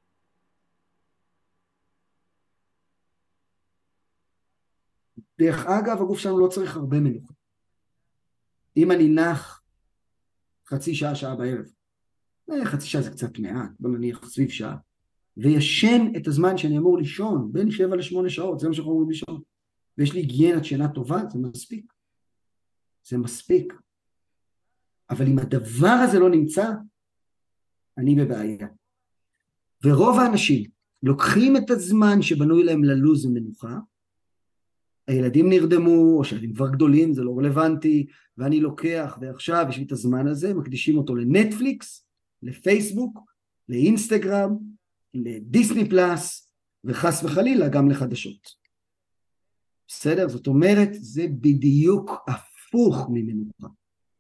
דרך אגב, הגוף שלנו לא צריך הרבה מנוחה. אם אני נח חצי שעה, שעה בערב, חצי שעה זה קצת מעט, בוא נניח סביב שעה, וישן את הזמן שאני אמור לישון, בין שבע לשמונה שעות, זה מה שאנחנו אמורים לישון, ויש לי היגיינת שינה טובה, זה מספיק. זה מספיק. אבל אם הדבר הזה לא נמצא, אני בבעיה. ורוב האנשים לוקחים את הזמן שבנוי להם ללוז ומנוחה, הילדים נרדמו, או שהילדים כבר גדולים, זה לא רלוונטי, ואני לוקח, ועכשיו יש לי את הזמן הזה, מקדישים אותו לנטפליקס, לפייסבוק, לאינסטגרם, לדיסני פלאס, וחס וחלילה גם לחדשות. בסדר? זאת אומרת, זה בדיוק הפוך ממנוחה.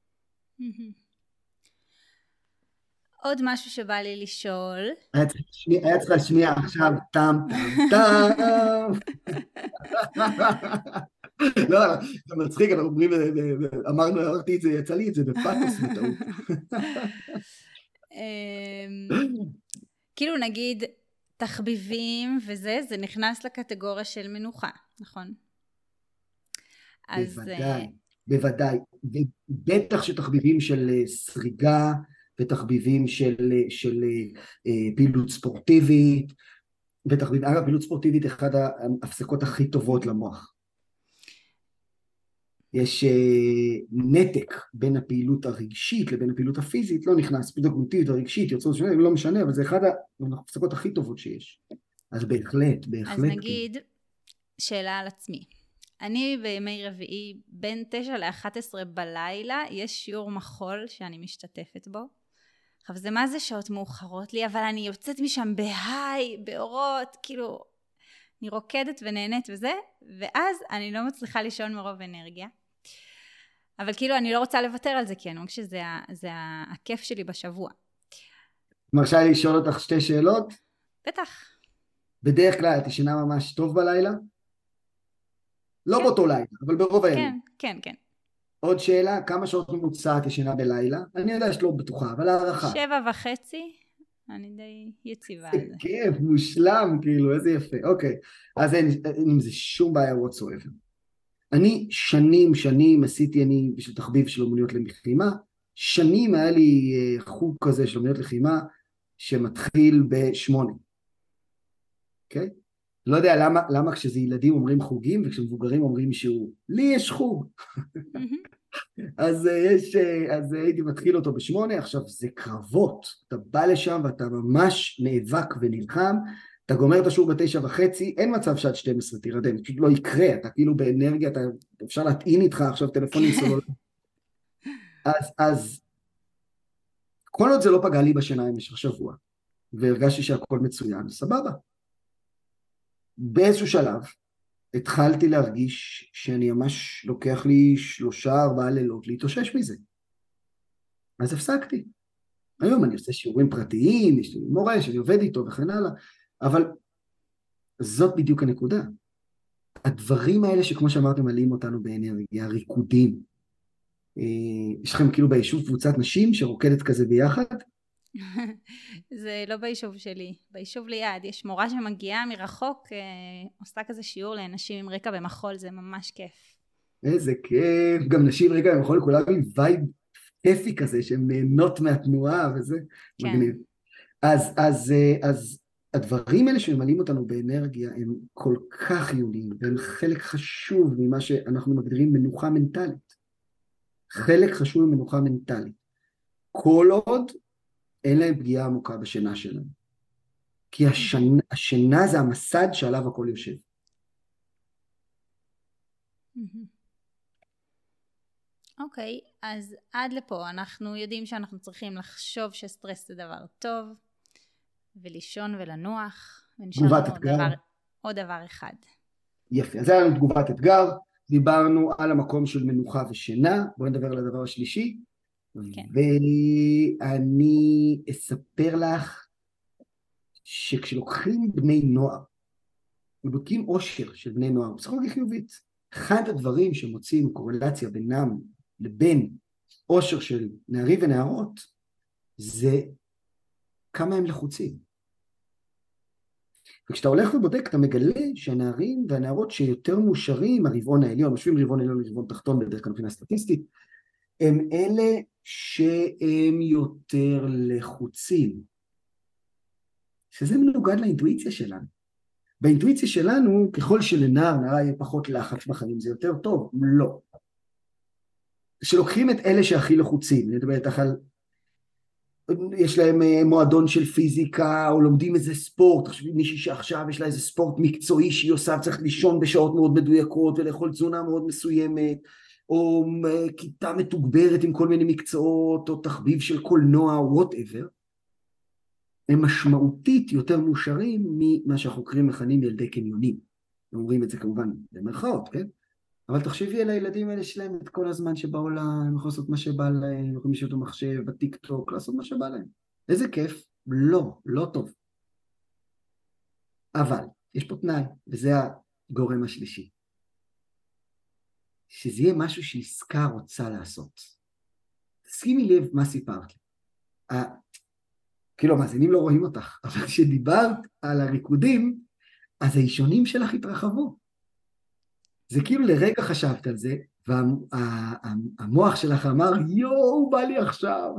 עוד משהו שבא לי לשאול. היה צריך להשמיע עכשיו, טם טם טם. לא, זה מצחיק, אנחנו אומרים, אמרנו, אמרתי את זה, יצא לי את זה בפאטוס בטעות. כאילו נגיד, תחביבים וזה, זה נכנס לקטגוריה של מנוחה, נכון? בוודאי, בוודאי. בטח שתחביבים של סריגה, ותחביבים של, של פעילות ספורטיבית, ותחביב, אגב, פעילות ספורטיבית היא אחת ההפסקות הכי טובות למוח. יש נתק בין הפעילות הרגשית לבין הפעילות הפיזית, לא נכנס, פעילות קוגניטיבית הרגשית, יוצאות שונה, לא משנה, אבל זה אחת ההפסקות הכי טובות שיש. אז בהחלט, בהחלט. אז נגיד, שאלה על עצמי. אני בימי רביעי, בין תשע לאחת עשרה בלילה, יש שיעור מחול שאני משתתפת בו. עכשיו, זה מה זה שעות מאוחרות לי, אבל אני יוצאת משם בהיי, באורות, כאילו, אני רוקדת ונהנית וזה, ואז אני לא מצליחה לישון מרוב אנרגיה. אבל כאילו, אני לא רוצה לוותר על זה, כי אני אומרת שזה זה הכיף שלי בשבוע. מרשה לי לשאול אותך שתי שאלות? בטח. בדרך כלל, את ישנה ממש טוב בלילה? לא באותו לילה, אבל ברוב הימים. כן, כן, כן. עוד שאלה, כמה שעות ממוצעת ישנה בלילה? אני יודע שלא בטוחה, אבל הערכה. שבע וחצי, אני די יציבה על זה. כיף, מושלם, כאילו, איזה יפה. אוקיי, אז אין עם זה שום בעיה whatsoever. אני שנים, שנים עשיתי, אני בשביל תחביב של אומנויות ללחימה, שנים היה לי חוג כזה של אומנויות לחימה, שמתחיל בשמונה. אוקיי? לא יודע למה, למה כשזה ילדים אומרים חוגים, וכשמבוגרים אומרים שיעור. לי יש חוג. אז, יש, אז הייתי מתחיל אותו בשמונה, עכשיו זה קרבות, אתה בא לשם ואתה ממש נאבק ונלחם, אתה גומר את השיעור בתשע וחצי, אין מצב שעד שתים עשרה תירדם, פשוט לא יקרה, אתה כאילו באנרגיה, אתה, אפשר להטעין איתך עכשיו טלפונים סלולריים. אז, אז כל עוד זה לא פגע לי בשינה במשך שבוע, והרגשתי שהכל מצוין, סבבה. באיזשהו שלב, התחלתי להרגיש שאני ממש לוקח לי שלושה, ארבעה לילות להתאושש מזה. אז הפסקתי. היום אני עושה שיעורים פרטיים, יש לי מורה שאני עובד איתו וכן הלאה, אבל זאת בדיוק הנקודה. הדברים האלה שכמו שאמרתם מעלים אותנו באנרגיה, הריקודים. יש לכם כאילו ביישוב קבוצת נשים שרוקדת כזה ביחד? זה לא ביישוב שלי, ביישוב ליד, יש מורה שמגיעה מרחוק, עושה כזה שיעור לאנשים עם רקע במחול, זה ממש כיף. איזה כיף, גם נשים עם רקע במחול, כולם עם וייב כיפי כזה, שהן נהנות מהתנועה וזה, כן. מגניב. אז, אז, אז הדברים האלה שממלאים אותנו באנרגיה, הם כל כך חיוניים, והם חלק חשוב ממה שאנחנו מגדירים מנוחה מנטלית. חלק חשוב ממנוחה מנטלית. כל עוד, אין להם פגיעה עמוקה בשינה שלנו. כי השינה, השינה זה המסד שעליו הכל יושב. אוקיי, okay, אז עד לפה אנחנו יודעים שאנחנו צריכים לחשוב שסטרס זה דבר טוב, ולישון ולנוח, ונשאר לנו עוד דבר, עוד דבר אחד. יפה, אז זה היה לנו תגובת אתגר, דיברנו על המקום של מנוחה ושינה, בואו נדבר על הדבר השלישי, כן. ואני אספר לך שכשלוקחים בני נוער, ובודקים עושר של בני נוער, פסיכולוגיה חיובית, אחד הדברים שמוצאים קורלציה בינם לבין האושר של נערים ונערות, זה כמה הם לחוצים. וכשאתה הולך ובודק, אתה מגלה שהנערים והנערות שיותר מאושרים, הרבעון העליון, משווים רבעון עליון לרבעון תחתון, בדרך כלל מבחינה סטטיסטית, הם אלה שהם יותר לחוצים. שזה מנוגד לאינטואיציה שלנו. באינטואיציה שלנו, ככל שלנער, נערה יהיה פחות לחץ בחיים, זה יותר טוב? לא. שלוקחים את אלה שהכי לחוצים, אני מדבר איתך על, יש להם מועדון של פיזיקה, או לומדים איזה ספורט, תחשבי מישהי שעכשיו יש לה איזה ספורט מקצועי שהיא עושה, צריך לישון בשעות מאוד מדויקות, ולאכול תזונה מאוד מסוימת, או כיתה מתוגברת עם כל מיני מקצועות, או תחביב של קולנוע, whatever, הם משמעותית יותר מאושרים ממה שהחוקרים מכנים ילדי קניונים. הם אומרים את זה כמובן במרכאות, כן? אבל תחשבי על הילדים האלה שלהם את כל הזמן שבעולם, הם יכולים לעשות מה שבא להם, יכולים לשאול את המחשב, בטיק טוק, לעשות מה שבא להם. איזה כיף? לא, לא טוב. אבל, יש פה תנאי, וזה הגורם השלישי. שזה יהיה משהו שעסקה רוצה לעשות. תשימי לב מה סיפרת לי. כאילו, המאזינים לא רואים אותך, אבל כשדיברת על הריקודים, אז האישונים שלך התרחבו. זה כאילו לרגע חשבת על זה, והמוח שלך אמר, יואו, בא לי עכשיו.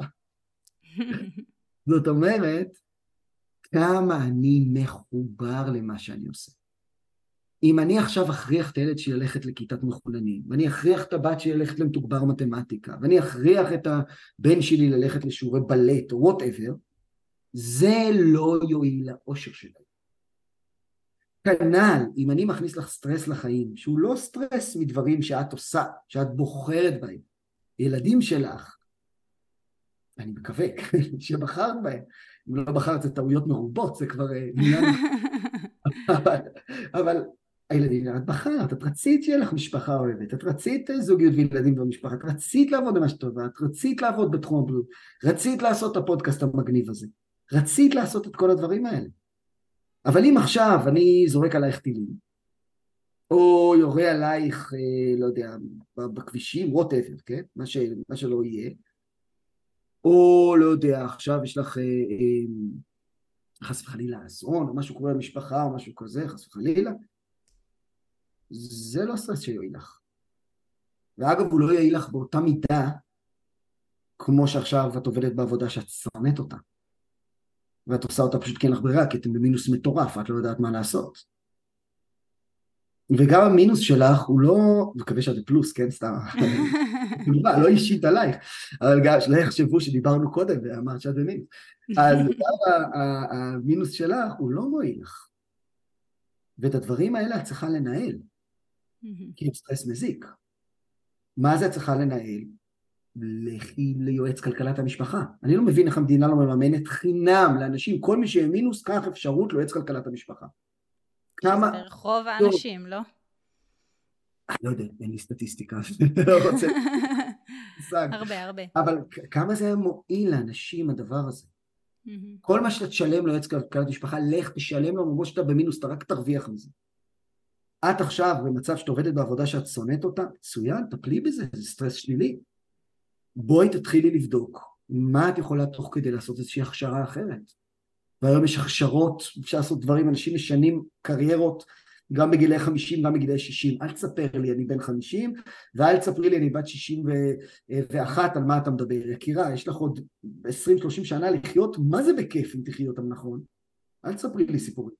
זאת אומרת, כמה אני מחובר למה שאני עושה. אם אני עכשיו אכריח את הילד שלי ללכת לכיתת מחוננים, ואני אכריח את הבת שלי ללכת למתוגבר מתמטיקה, ואני אכריח את הבן שלי ללכת לשיעורי בלט, או whatever, זה לא יועיל לאושר שלהם. כנ"ל, אם אני מכניס לך סטרס לחיים, שהוא לא סטרס מדברים שאת עושה, שאת בוחרת בהם, ילדים שלך, אני מקווה שבחרת בהם, אם לא בחרת זה טעויות מרובות, זה כבר עניין, אבל, אבל הילדים, את בחרת, את רצית שיהיה לך משפחה אוהבת, את רצית זוגיות וילדים במשפחה, את רצית לעבוד במה שטובה, את רצית לעבוד בתחום הבריאות, רצית לעשות את הפודקאסט המגניב הזה, רצית לעשות את כל הדברים האלה. אבל אם עכשיו אני זורק עלייך טילים, או יורה עלייך, לא יודע, בכבישים, whatever, כן? מה, ש, מה שלא יהיה, או לא יודע, עכשיו יש לך חס וחלילה אסון, או משהו קורה במשפחה, או משהו כזה, חס וחלילה, זה לא סטרס שיועיל לך. ואגב, הוא לא יועיל לך באותה מידה, כמו שעכשיו את עובדת בעבודה שאת שונאת אותה. ואת עושה אותה פשוט כי אין לך ברירה, כי אתם במינוס מטורף, את לא יודעת מה לעשות. וגם המינוס שלך הוא לא, מקווה שאתה פלוס, כן, סתם, לא אישית עלייך, אבל גם שלא יחשבו שדיברנו קודם ואמרת שאת במינוס. אז גם המינוס שלך הוא לא מועיל לך. ואת הדברים האלה את צריכה לנהל, כי הוא סטרס מזיק. מה זה את צריכה לנהל? לכי ליועץ כלכלת המשפחה. אני לא מבין איך המדינה לא מממנת חינם לאנשים, כל מי שמינוס כך אפשרות ליועץ כלכלת המשפחה. כמה... ברחוב האנשים, לא? אני לא יודע, אין לי סטטיסטיקה, לא רוצה... הרבה, הרבה. אבל כמה זה מועיל לאנשים הדבר הזה? כל מה שאתה תשלם ליועץ כלכלת משפחה, לך תשלם לו, ממש שאתה במינוס, אתה רק תרוויח מזה. את עכשיו במצב שאת עובדת בעבודה שאת שונאת אותה, מצוין, תפלי בזה, זה סטרס שלילי. בואי תתחילי לבדוק מה את יכולה תוך כדי לעשות איזושהי הכשרה אחרת. והיום יש הכשרות, אפשר לעשות דברים, אנשים משנים קריירות, גם בגילי חמישים, גם בגילי שישים. אל תספר לי, אני בן חמישים, ואל תספרי לי, אני בת שישים ואחת, על מה אתה מדבר. יקירה, יש לך עוד עשרים שלושים שנה לחיות, מה זה בכיף אם תחי אותם נכון? אל תספרי לי סיפורים.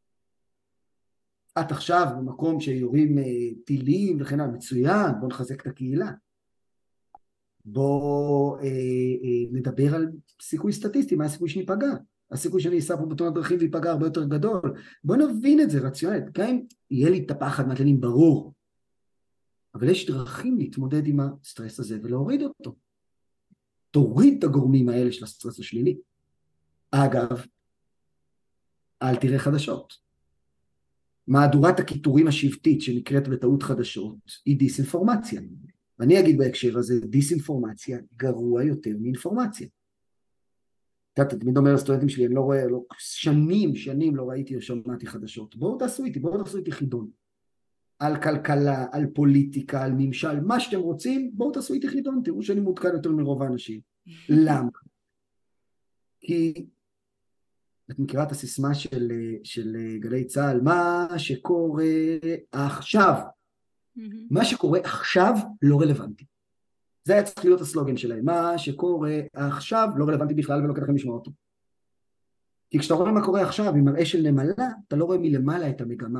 את עכשיו במקום שיורים טילים וכן הלאה, מצוין, בוא נחזק את הקהילה. בוא אה, אה, נדבר על סיכוי סטטיסטי, מה הסיכוי שניפגע? הסיכוי שאני אסע פה בתאונת דרכים ויפגע הרבה יותר גדול. בוא נבין את זה רציונלית, גם אם יהיה לי את הפחד מהטלנים, ברור. אבל יש דרכים להתמודד עם הסטרס הזה ולהוריד אותו. תוריד את הגורמים האלה של הסטרס השלילי. אגב, אל תראה חדשות. מהדורת הכיתורים השבטית שנקראת בטעות חדשות היא דיסאינפורמציה. ואני אגיד בהקשר הזה, דיסאינפורמציה גרוע יותר מאינפורמציה. אתה תמיד אומר לסטודנטים שלי, אני לא רואה, לא, שנים, שנים לא ראיתי או שמעתי חדשות. בואו תעשו איתי, בואו תעשו איתי חידון. על כלכלה, על פוליטיקה, על ממשל, מה שאתם רוצים, בואו תעשו איתי חידון, תראו שאני מעודכן יותר מרוב האנשים. למה? כי את מכירה את הסיסמה של, של גלי צהל, מה שקורה עכשיו, מה שקורה עכשיו לא רלוונטי. זה היה צריך להיות הסלוגן שלהם, מה שקורה עכשיו לא רלוונטי בכלל ולא כדאי לכם לשמוע אותו. כי כשאתה רואה מה קורה עכשיו עם מראה של נמלה, אתה לא רואה מלמעלה את המגמה.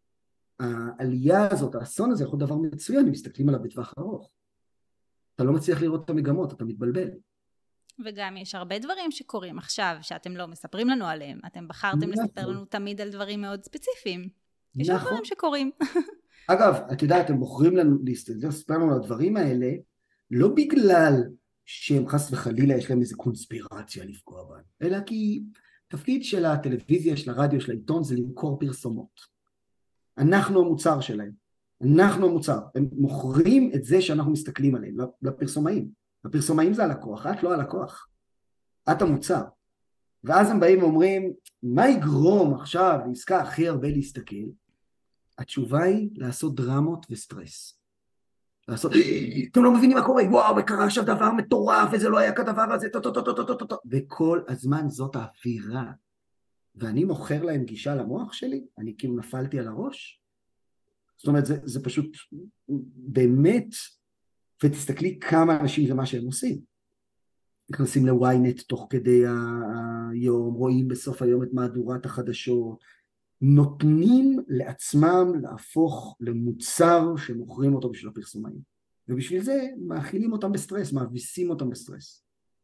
העלייה הזאת, האסון הזה יכול להיות דבר מצוין, אם מסתכלים עליו בטווח ארוך. אתה לא מצליח לראות את המגמות, אתה מתבלבל. וגם יש הרבה דברים שקורים עכשיו, שאתם לא מספרים לנו עליהם. אתם בחרתם לספר לנו תמיד על דברים מאוד ספציפיים. יש הרבה דברים שקורים. אגב, את יודעת, אתם בוחרים לנו לספר לנו על הדברים האלה, לא בגלל שהם חס וחלילה יש להם איזו קונספירציה לפגוע בהם, אלא כי תפקיד של הטלוויזיה, של הרדיו, של העיתון, זה למכור פרסומות. אנחנו המוצר שלהם. אנחנו המוצר. הם מוכרים את זה שאנחנו מסתכלים עליהם, לפרסומאים. הפרסומאים זה הלקוח, את לא הלקוח. את המוצר. ואז הם באים ואומרים, מה יגרום עכשיו לעסקה הכי הרבה להסתכל? התשובה היא לעשות דרמות וסטרס. לעשות, אתם לא מבינים מה קורה, וואו, וקרה עכשיו דבר מטורף, וזה לא היה כדבר הזה, וכל הזמן זאת האווירה. ואני מוכר להם גישה למוח שלי, אני כאילו נפלתי על הראש. זאת אומרת, זה, זה פשוט באמת, ותסתכלי כמה אנשים זה מה שהם עושים. נכנסים לוויינט תוך כדי היום, רואים בסוף היום את מהדורת החדשות, נותנים לעצמם להפוך למוצר שמוכרים אותו בשביל הפרסומאים. ובשביל זה מאכילים אותם בסטרס, מאביסים אותם בסטרס.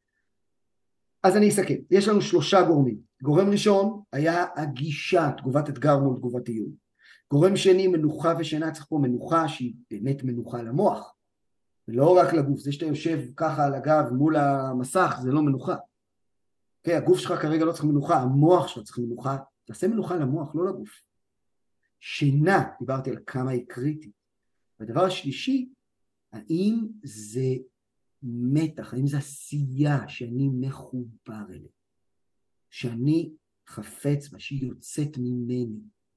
אז אני אסכם, יש לנו שלושה גורמים. גורם ראשון היה הגישה, תגובת אתגר מול תגובת איום. גורם שני, מנוחה ושינה, צריך פה מנוחה שהיא באמת מנוחה למוח. ולא רק לגוף, זה שאתה יושב ככה על הגב מול המסך, זה לא מנוחה. Okay, הגוף שלך כרגע לא צריך מנוחה, המוח שלך צריך מנוחה, תעשה מנוחה למוח, לא לגוף. שינה, דיברתי על כמה היא קריטית. והדבר השלישי, האם זה מתח, האם זה עשייה שאני מחובר אליה, שאני חפץ בה, שהיא יוצאת ממני.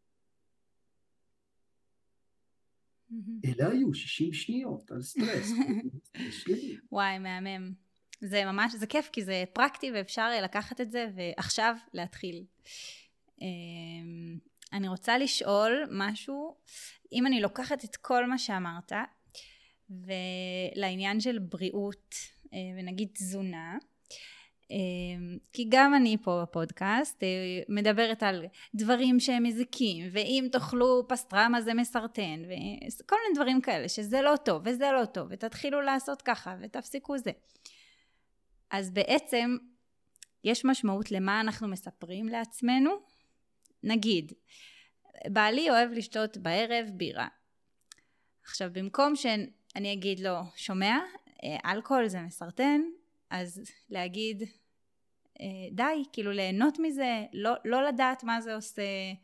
אלה היו שישים שניות על סטרס. וואי, מהמם. זה ממש, זה כיף, כי זה פרקטי ואפשר לקחת את זה ועכשיו להתחיל. אני רוצה לשאול משהו, אם אני לוקחת את כל מה שאמרת, ולעניין של בריאות ונגיד תזונה, כי גם אני פה בפודקאסט מדברת על דברים שהם מזיקים, ואם תאכלו פסטרמה זה מסרטן, וכל מיני דברים כאלה, שזה לא טוב וזה לא טוב, ותתחילו לעשות ככה ותפסיקו זה. אז בעצם יש משמעות למה אנחנו מספרים לעצמנו. נגיד, בעלי אוהב לשתות בערב בירה. עכשיו, במקום שאני אגיד לו, שומע, אלכוהול זה מסרטן, אז להגיד, די, כאילו ליהנות מזה, לא, לא לדעת מה זה עושה,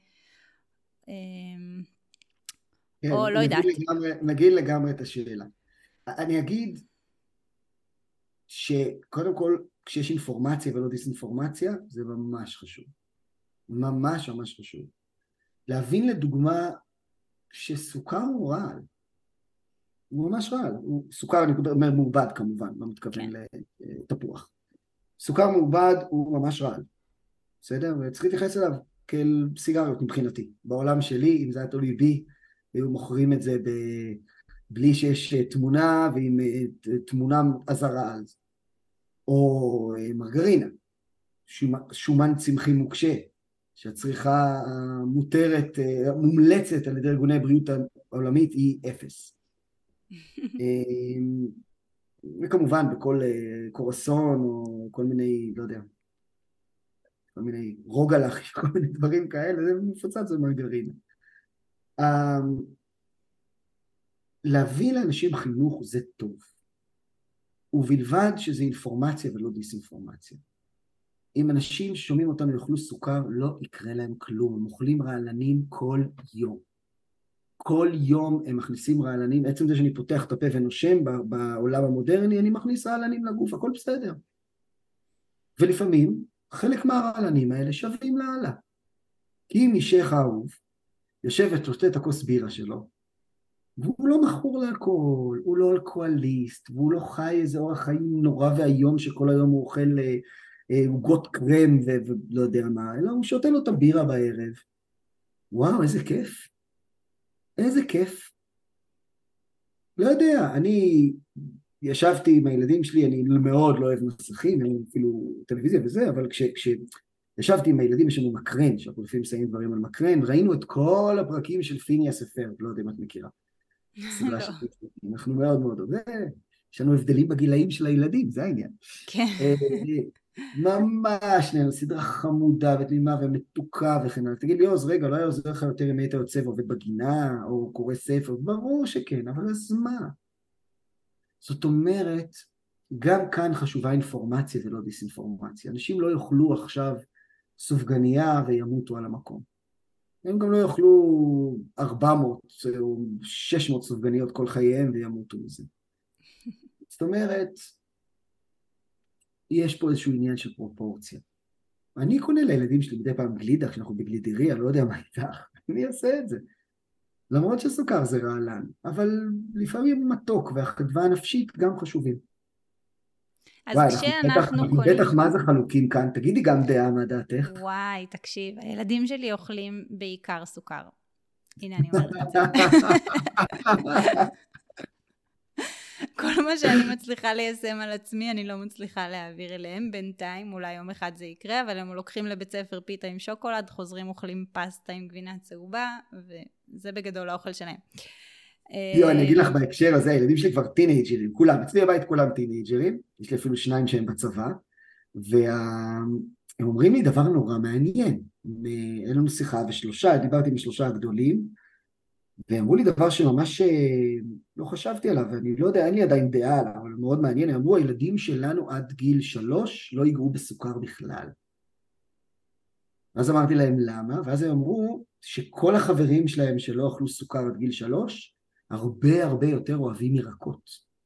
או לא יודעת. נגיד לגמרי את השאלה. אני אגיד שקודם כל, כשיש אינפורמציה ולא דיסאינפורמציה, זה ממש חשוב. ממש ממש חשוב. להבין לדוגמה שסוכר הוא רעל. הוא ממש רעל. הוא, סוכר, אני אומר מעובד כמובן, לא מתכוון כן. לתפוח. סוכר מעובד הוא ממש רעל. בסדר? וצריך להתייחס אליו כאל סיגריות מבחינתי. בעולם שלי, אם זה היה תלוי בי, היו מוכרים את זה ב... בלי שיש תמונה ועם תמונה אזהרה על זה. או מרגרינה, שומן צמחי מוקשה, שהצריכה מותרת, מומלצת על ידי ארגוני הבריאות העולמית היא אפס. וכמובן בכל קורסון או כל מיני, לא יודע, כל מיני רוגלח, כל מיני דברים כאלה, זה מפוצץ זה מרגרינה. להביא לאנשים חינוך זה טוב, ובלבד שזה אינפורמציה ולא דיסאינפורמציה. אם אנשים ששומעים אותנו יאכלו סוכר, לא יקרה להם כלום. הם אוכלים רעלנים כל יום. כל יום הם מכניסים רעלנים. עצם זה שאני פותח את הפה ונושם בעולם המודרני, אני מכניס רעלנים לגוף, הכל בסדר. ולפעמים, חלק מהרעלנים האלה שווים לעלה. כי אם אישך האהוב, יושב ושותה את הכוס בירה שלו, והוא לא מכור להכל, הוא לא אלכוהוליסט, והוא לא חי איזה אורח חיים נורא והיום שכל היום הוא אוכל עוגות קרם ולא יודע מה, אלא הוא שותה לו את הבירה בערב. וואו, איזה כיף. איזה כיף. לא יודע, אני ישבתי עם הילדים שלי, אני מאוד לא אוהב מסכים, אין אפילו טלוויזיה וזה, אבל כש, כשישבתי עם הילדים, יש לנו מקרן, שאנחנו לפעמים מסיים דברים על מקרן, ראינו את כל הפרקים של פיניאס ופרב, לא יודע אם את מכירה. סדרה של אנחנו מאוד מאוד אוהבים, יש לנו הבדלים בגילאים של הילדים, זה העניין. כן. ממש, סדרה חמודה ותמימה ומתוקה וכן הלאה. תגיד לי, עוז, רגע, לא היה עוזר לך יותר אם היית יוצא ועובד בגינה, או קורא ספר, ברור שכן, אבל אז מה? זאת אומרת, גם כאן חשובה אינפורמציה ולא דיסאינפורמציה. אנשים לא יאכלו עכשיו סופגניה וימותו על המקום. הם גם לא יאכלו ארבע מאות או שש מאות סופגניות כל חייהם וימותו מזה. זאת אומרת, יש פה איזשהו עניין של פרופורציה. אני קונה לילדים שלי מדי פעם גלידה, כשאנחנו בגלידריה, לא יודע מה איתך, אני אעשה את זה. למרות שסוכר זה רעלן, אבל לפעמים מתוק והחדווה הנפשית גם חשובים. אז וואי, כשאנחנו אנחנו קונים... בטח מה זה חלוקים כאן, תגידי גם דעה מה דעתך. וואי, תקשיב, הילדים שלי אוכלים בעיקר סוכר. הנה אני אומרת את זה. כל מה שאני מצליחה ליישם על עצמי, אני לא מצליחה להעביר אליהם בינתיים, אולי יום אחד זה יקרה, אבל הם לוקחים לבית ספר פיתה עם שוקולד, חוזרים אוכלים פסטה עם גבינה צהובה, וזה בגדול האוכל שלהם. יו, אני אגיד לך בהקשר הזה, הילדים שלי כבר טינאג'רים, כולם, אצלי בבית כולם טינאג'רים, יש לי אפילו שניים שהם בצבא, והם אומרים לי דבר נורא מעניין, אין לנו שיחה ושלושה, דיברתי עם שלושה הגדולים, ואמרו לי דבר שממש לא חשבתי עליו, ואני לא יודע, אין לי עדיין דעה עליו, אבל מאוד מעניין, הם אמרו, הילדים שלנו עד גיל שלוש לא ייגעו בסוכר בכלל. ואז אמרתי להם למה, ואז הם אמרו שכל החברים שלהם שלא אכלו סוכר עד גיל שלוש, הרבה הרבה יותר אוהבים ירקות.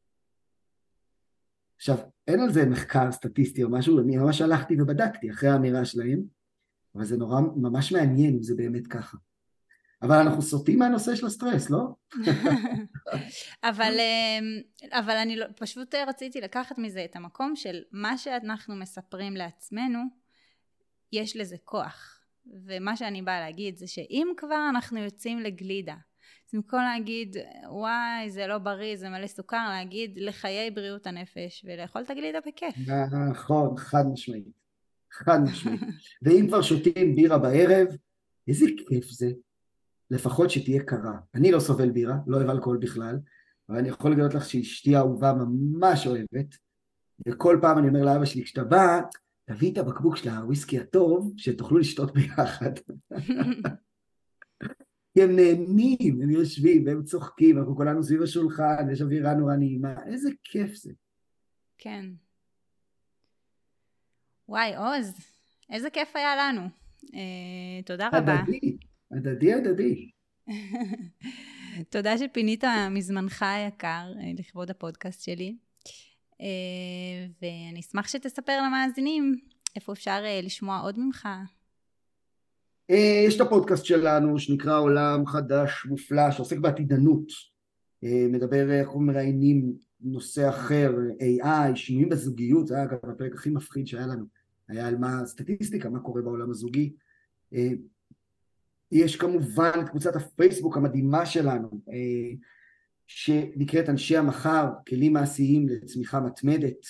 עכשיו, אין על זה מחקר סטטיסטי או משהו, אני ממש הלכתי ובדקתי אחרי האמירה שלהם, אבל זה נורא ממש מעניין אם זה באמת ככה. אבל אנחנו סוטים מהנושא של הסטרס, לא? אבל, אבל אני פשוט רציתי לקחת מזה את המקום של מה שאנחנו מספרים לעצמנו, יש לזה כוח. ומה שאני באה להגיד זה שאם כבר אנחנו יוצאים לגלידה, אז במקום להגיד, וואי, זה לא בריא, זה מלא סוכר, להגיד לחיי בריאות הנפש, ולאכול את הגלידה בכיף. נכון, חד משמעית. חד משמעית. ואם כבר שותים בירה בערב, איזה כיף זה. לפחות שתהיה קרה. אני לא סובל בירה, לא אוהב אלכוהול בכלל, אבל אני יכול לגלות לך שאשתי האהובה ממש אוהבת, וכל פעם אני אומר לאבא שלי, כשאתה בא, תביא את הבקבוק של הוויסקי הטוב, שתוכלו לשתות ביחד. כי הם נהנים, הם יושבים, והם צוחקים, אנחנו כולנו סביב השולחן, יש אווירה נורא נעימה, איזה כיף זה. כן. וואי, עוז, איזה כיף היה לנו. אה, תודה רבה. הדדי, הדדי, הדדי. תודה שפינית מזמנך היקר לכבוד הפודקאסט שלי. ואני אשמח שתספר למאזינים איפה אפשר לשמוע עוד ממך. יש את הפודקאסט שלנו שנקרא עולם חדש מופלא שעוסק בעתידנות, מדבר איך הוא מראיינים נושא אחר, איי איי, שינויים בזוגיות, זה היה אגב הפרק הכי מפחיד שהיה לנו, היה על מה סטטיסטיקה, מה קורה בעולם הזוגי. יש כמובן את קבוצת הפייסבוק המדהימה שלנו, שנקראת אנשי המחר, כלים מעשיים לצמיחה מתמדת.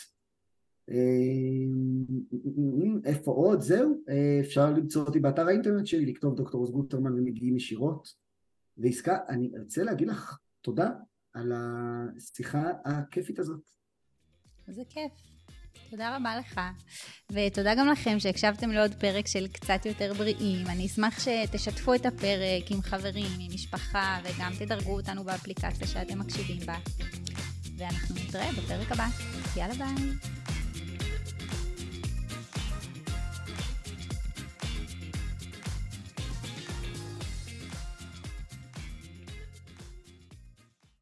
איפה עוד? זהו, אפשר למצוא אותי באתר האינטרנט שלי, לכתוב דוקטור עוז גוטרמן ומגיעים ישירות. ועסקה, אני ארצה להגיד לך תודה על השיחה הכיפית הזאת. זה כיף. תודה רבה לך, ותודה גם לכם שהקשבתם לעוד פרק של קצת יותר בריאים. אני אשמח שתשתפו את הפרק עם חברים, עם משפחה, וגם תדרגו אותנו באפליקציה שאתם מקשיבים בה. ואנחנו נתראה בפרק הבא. יאללה ביי.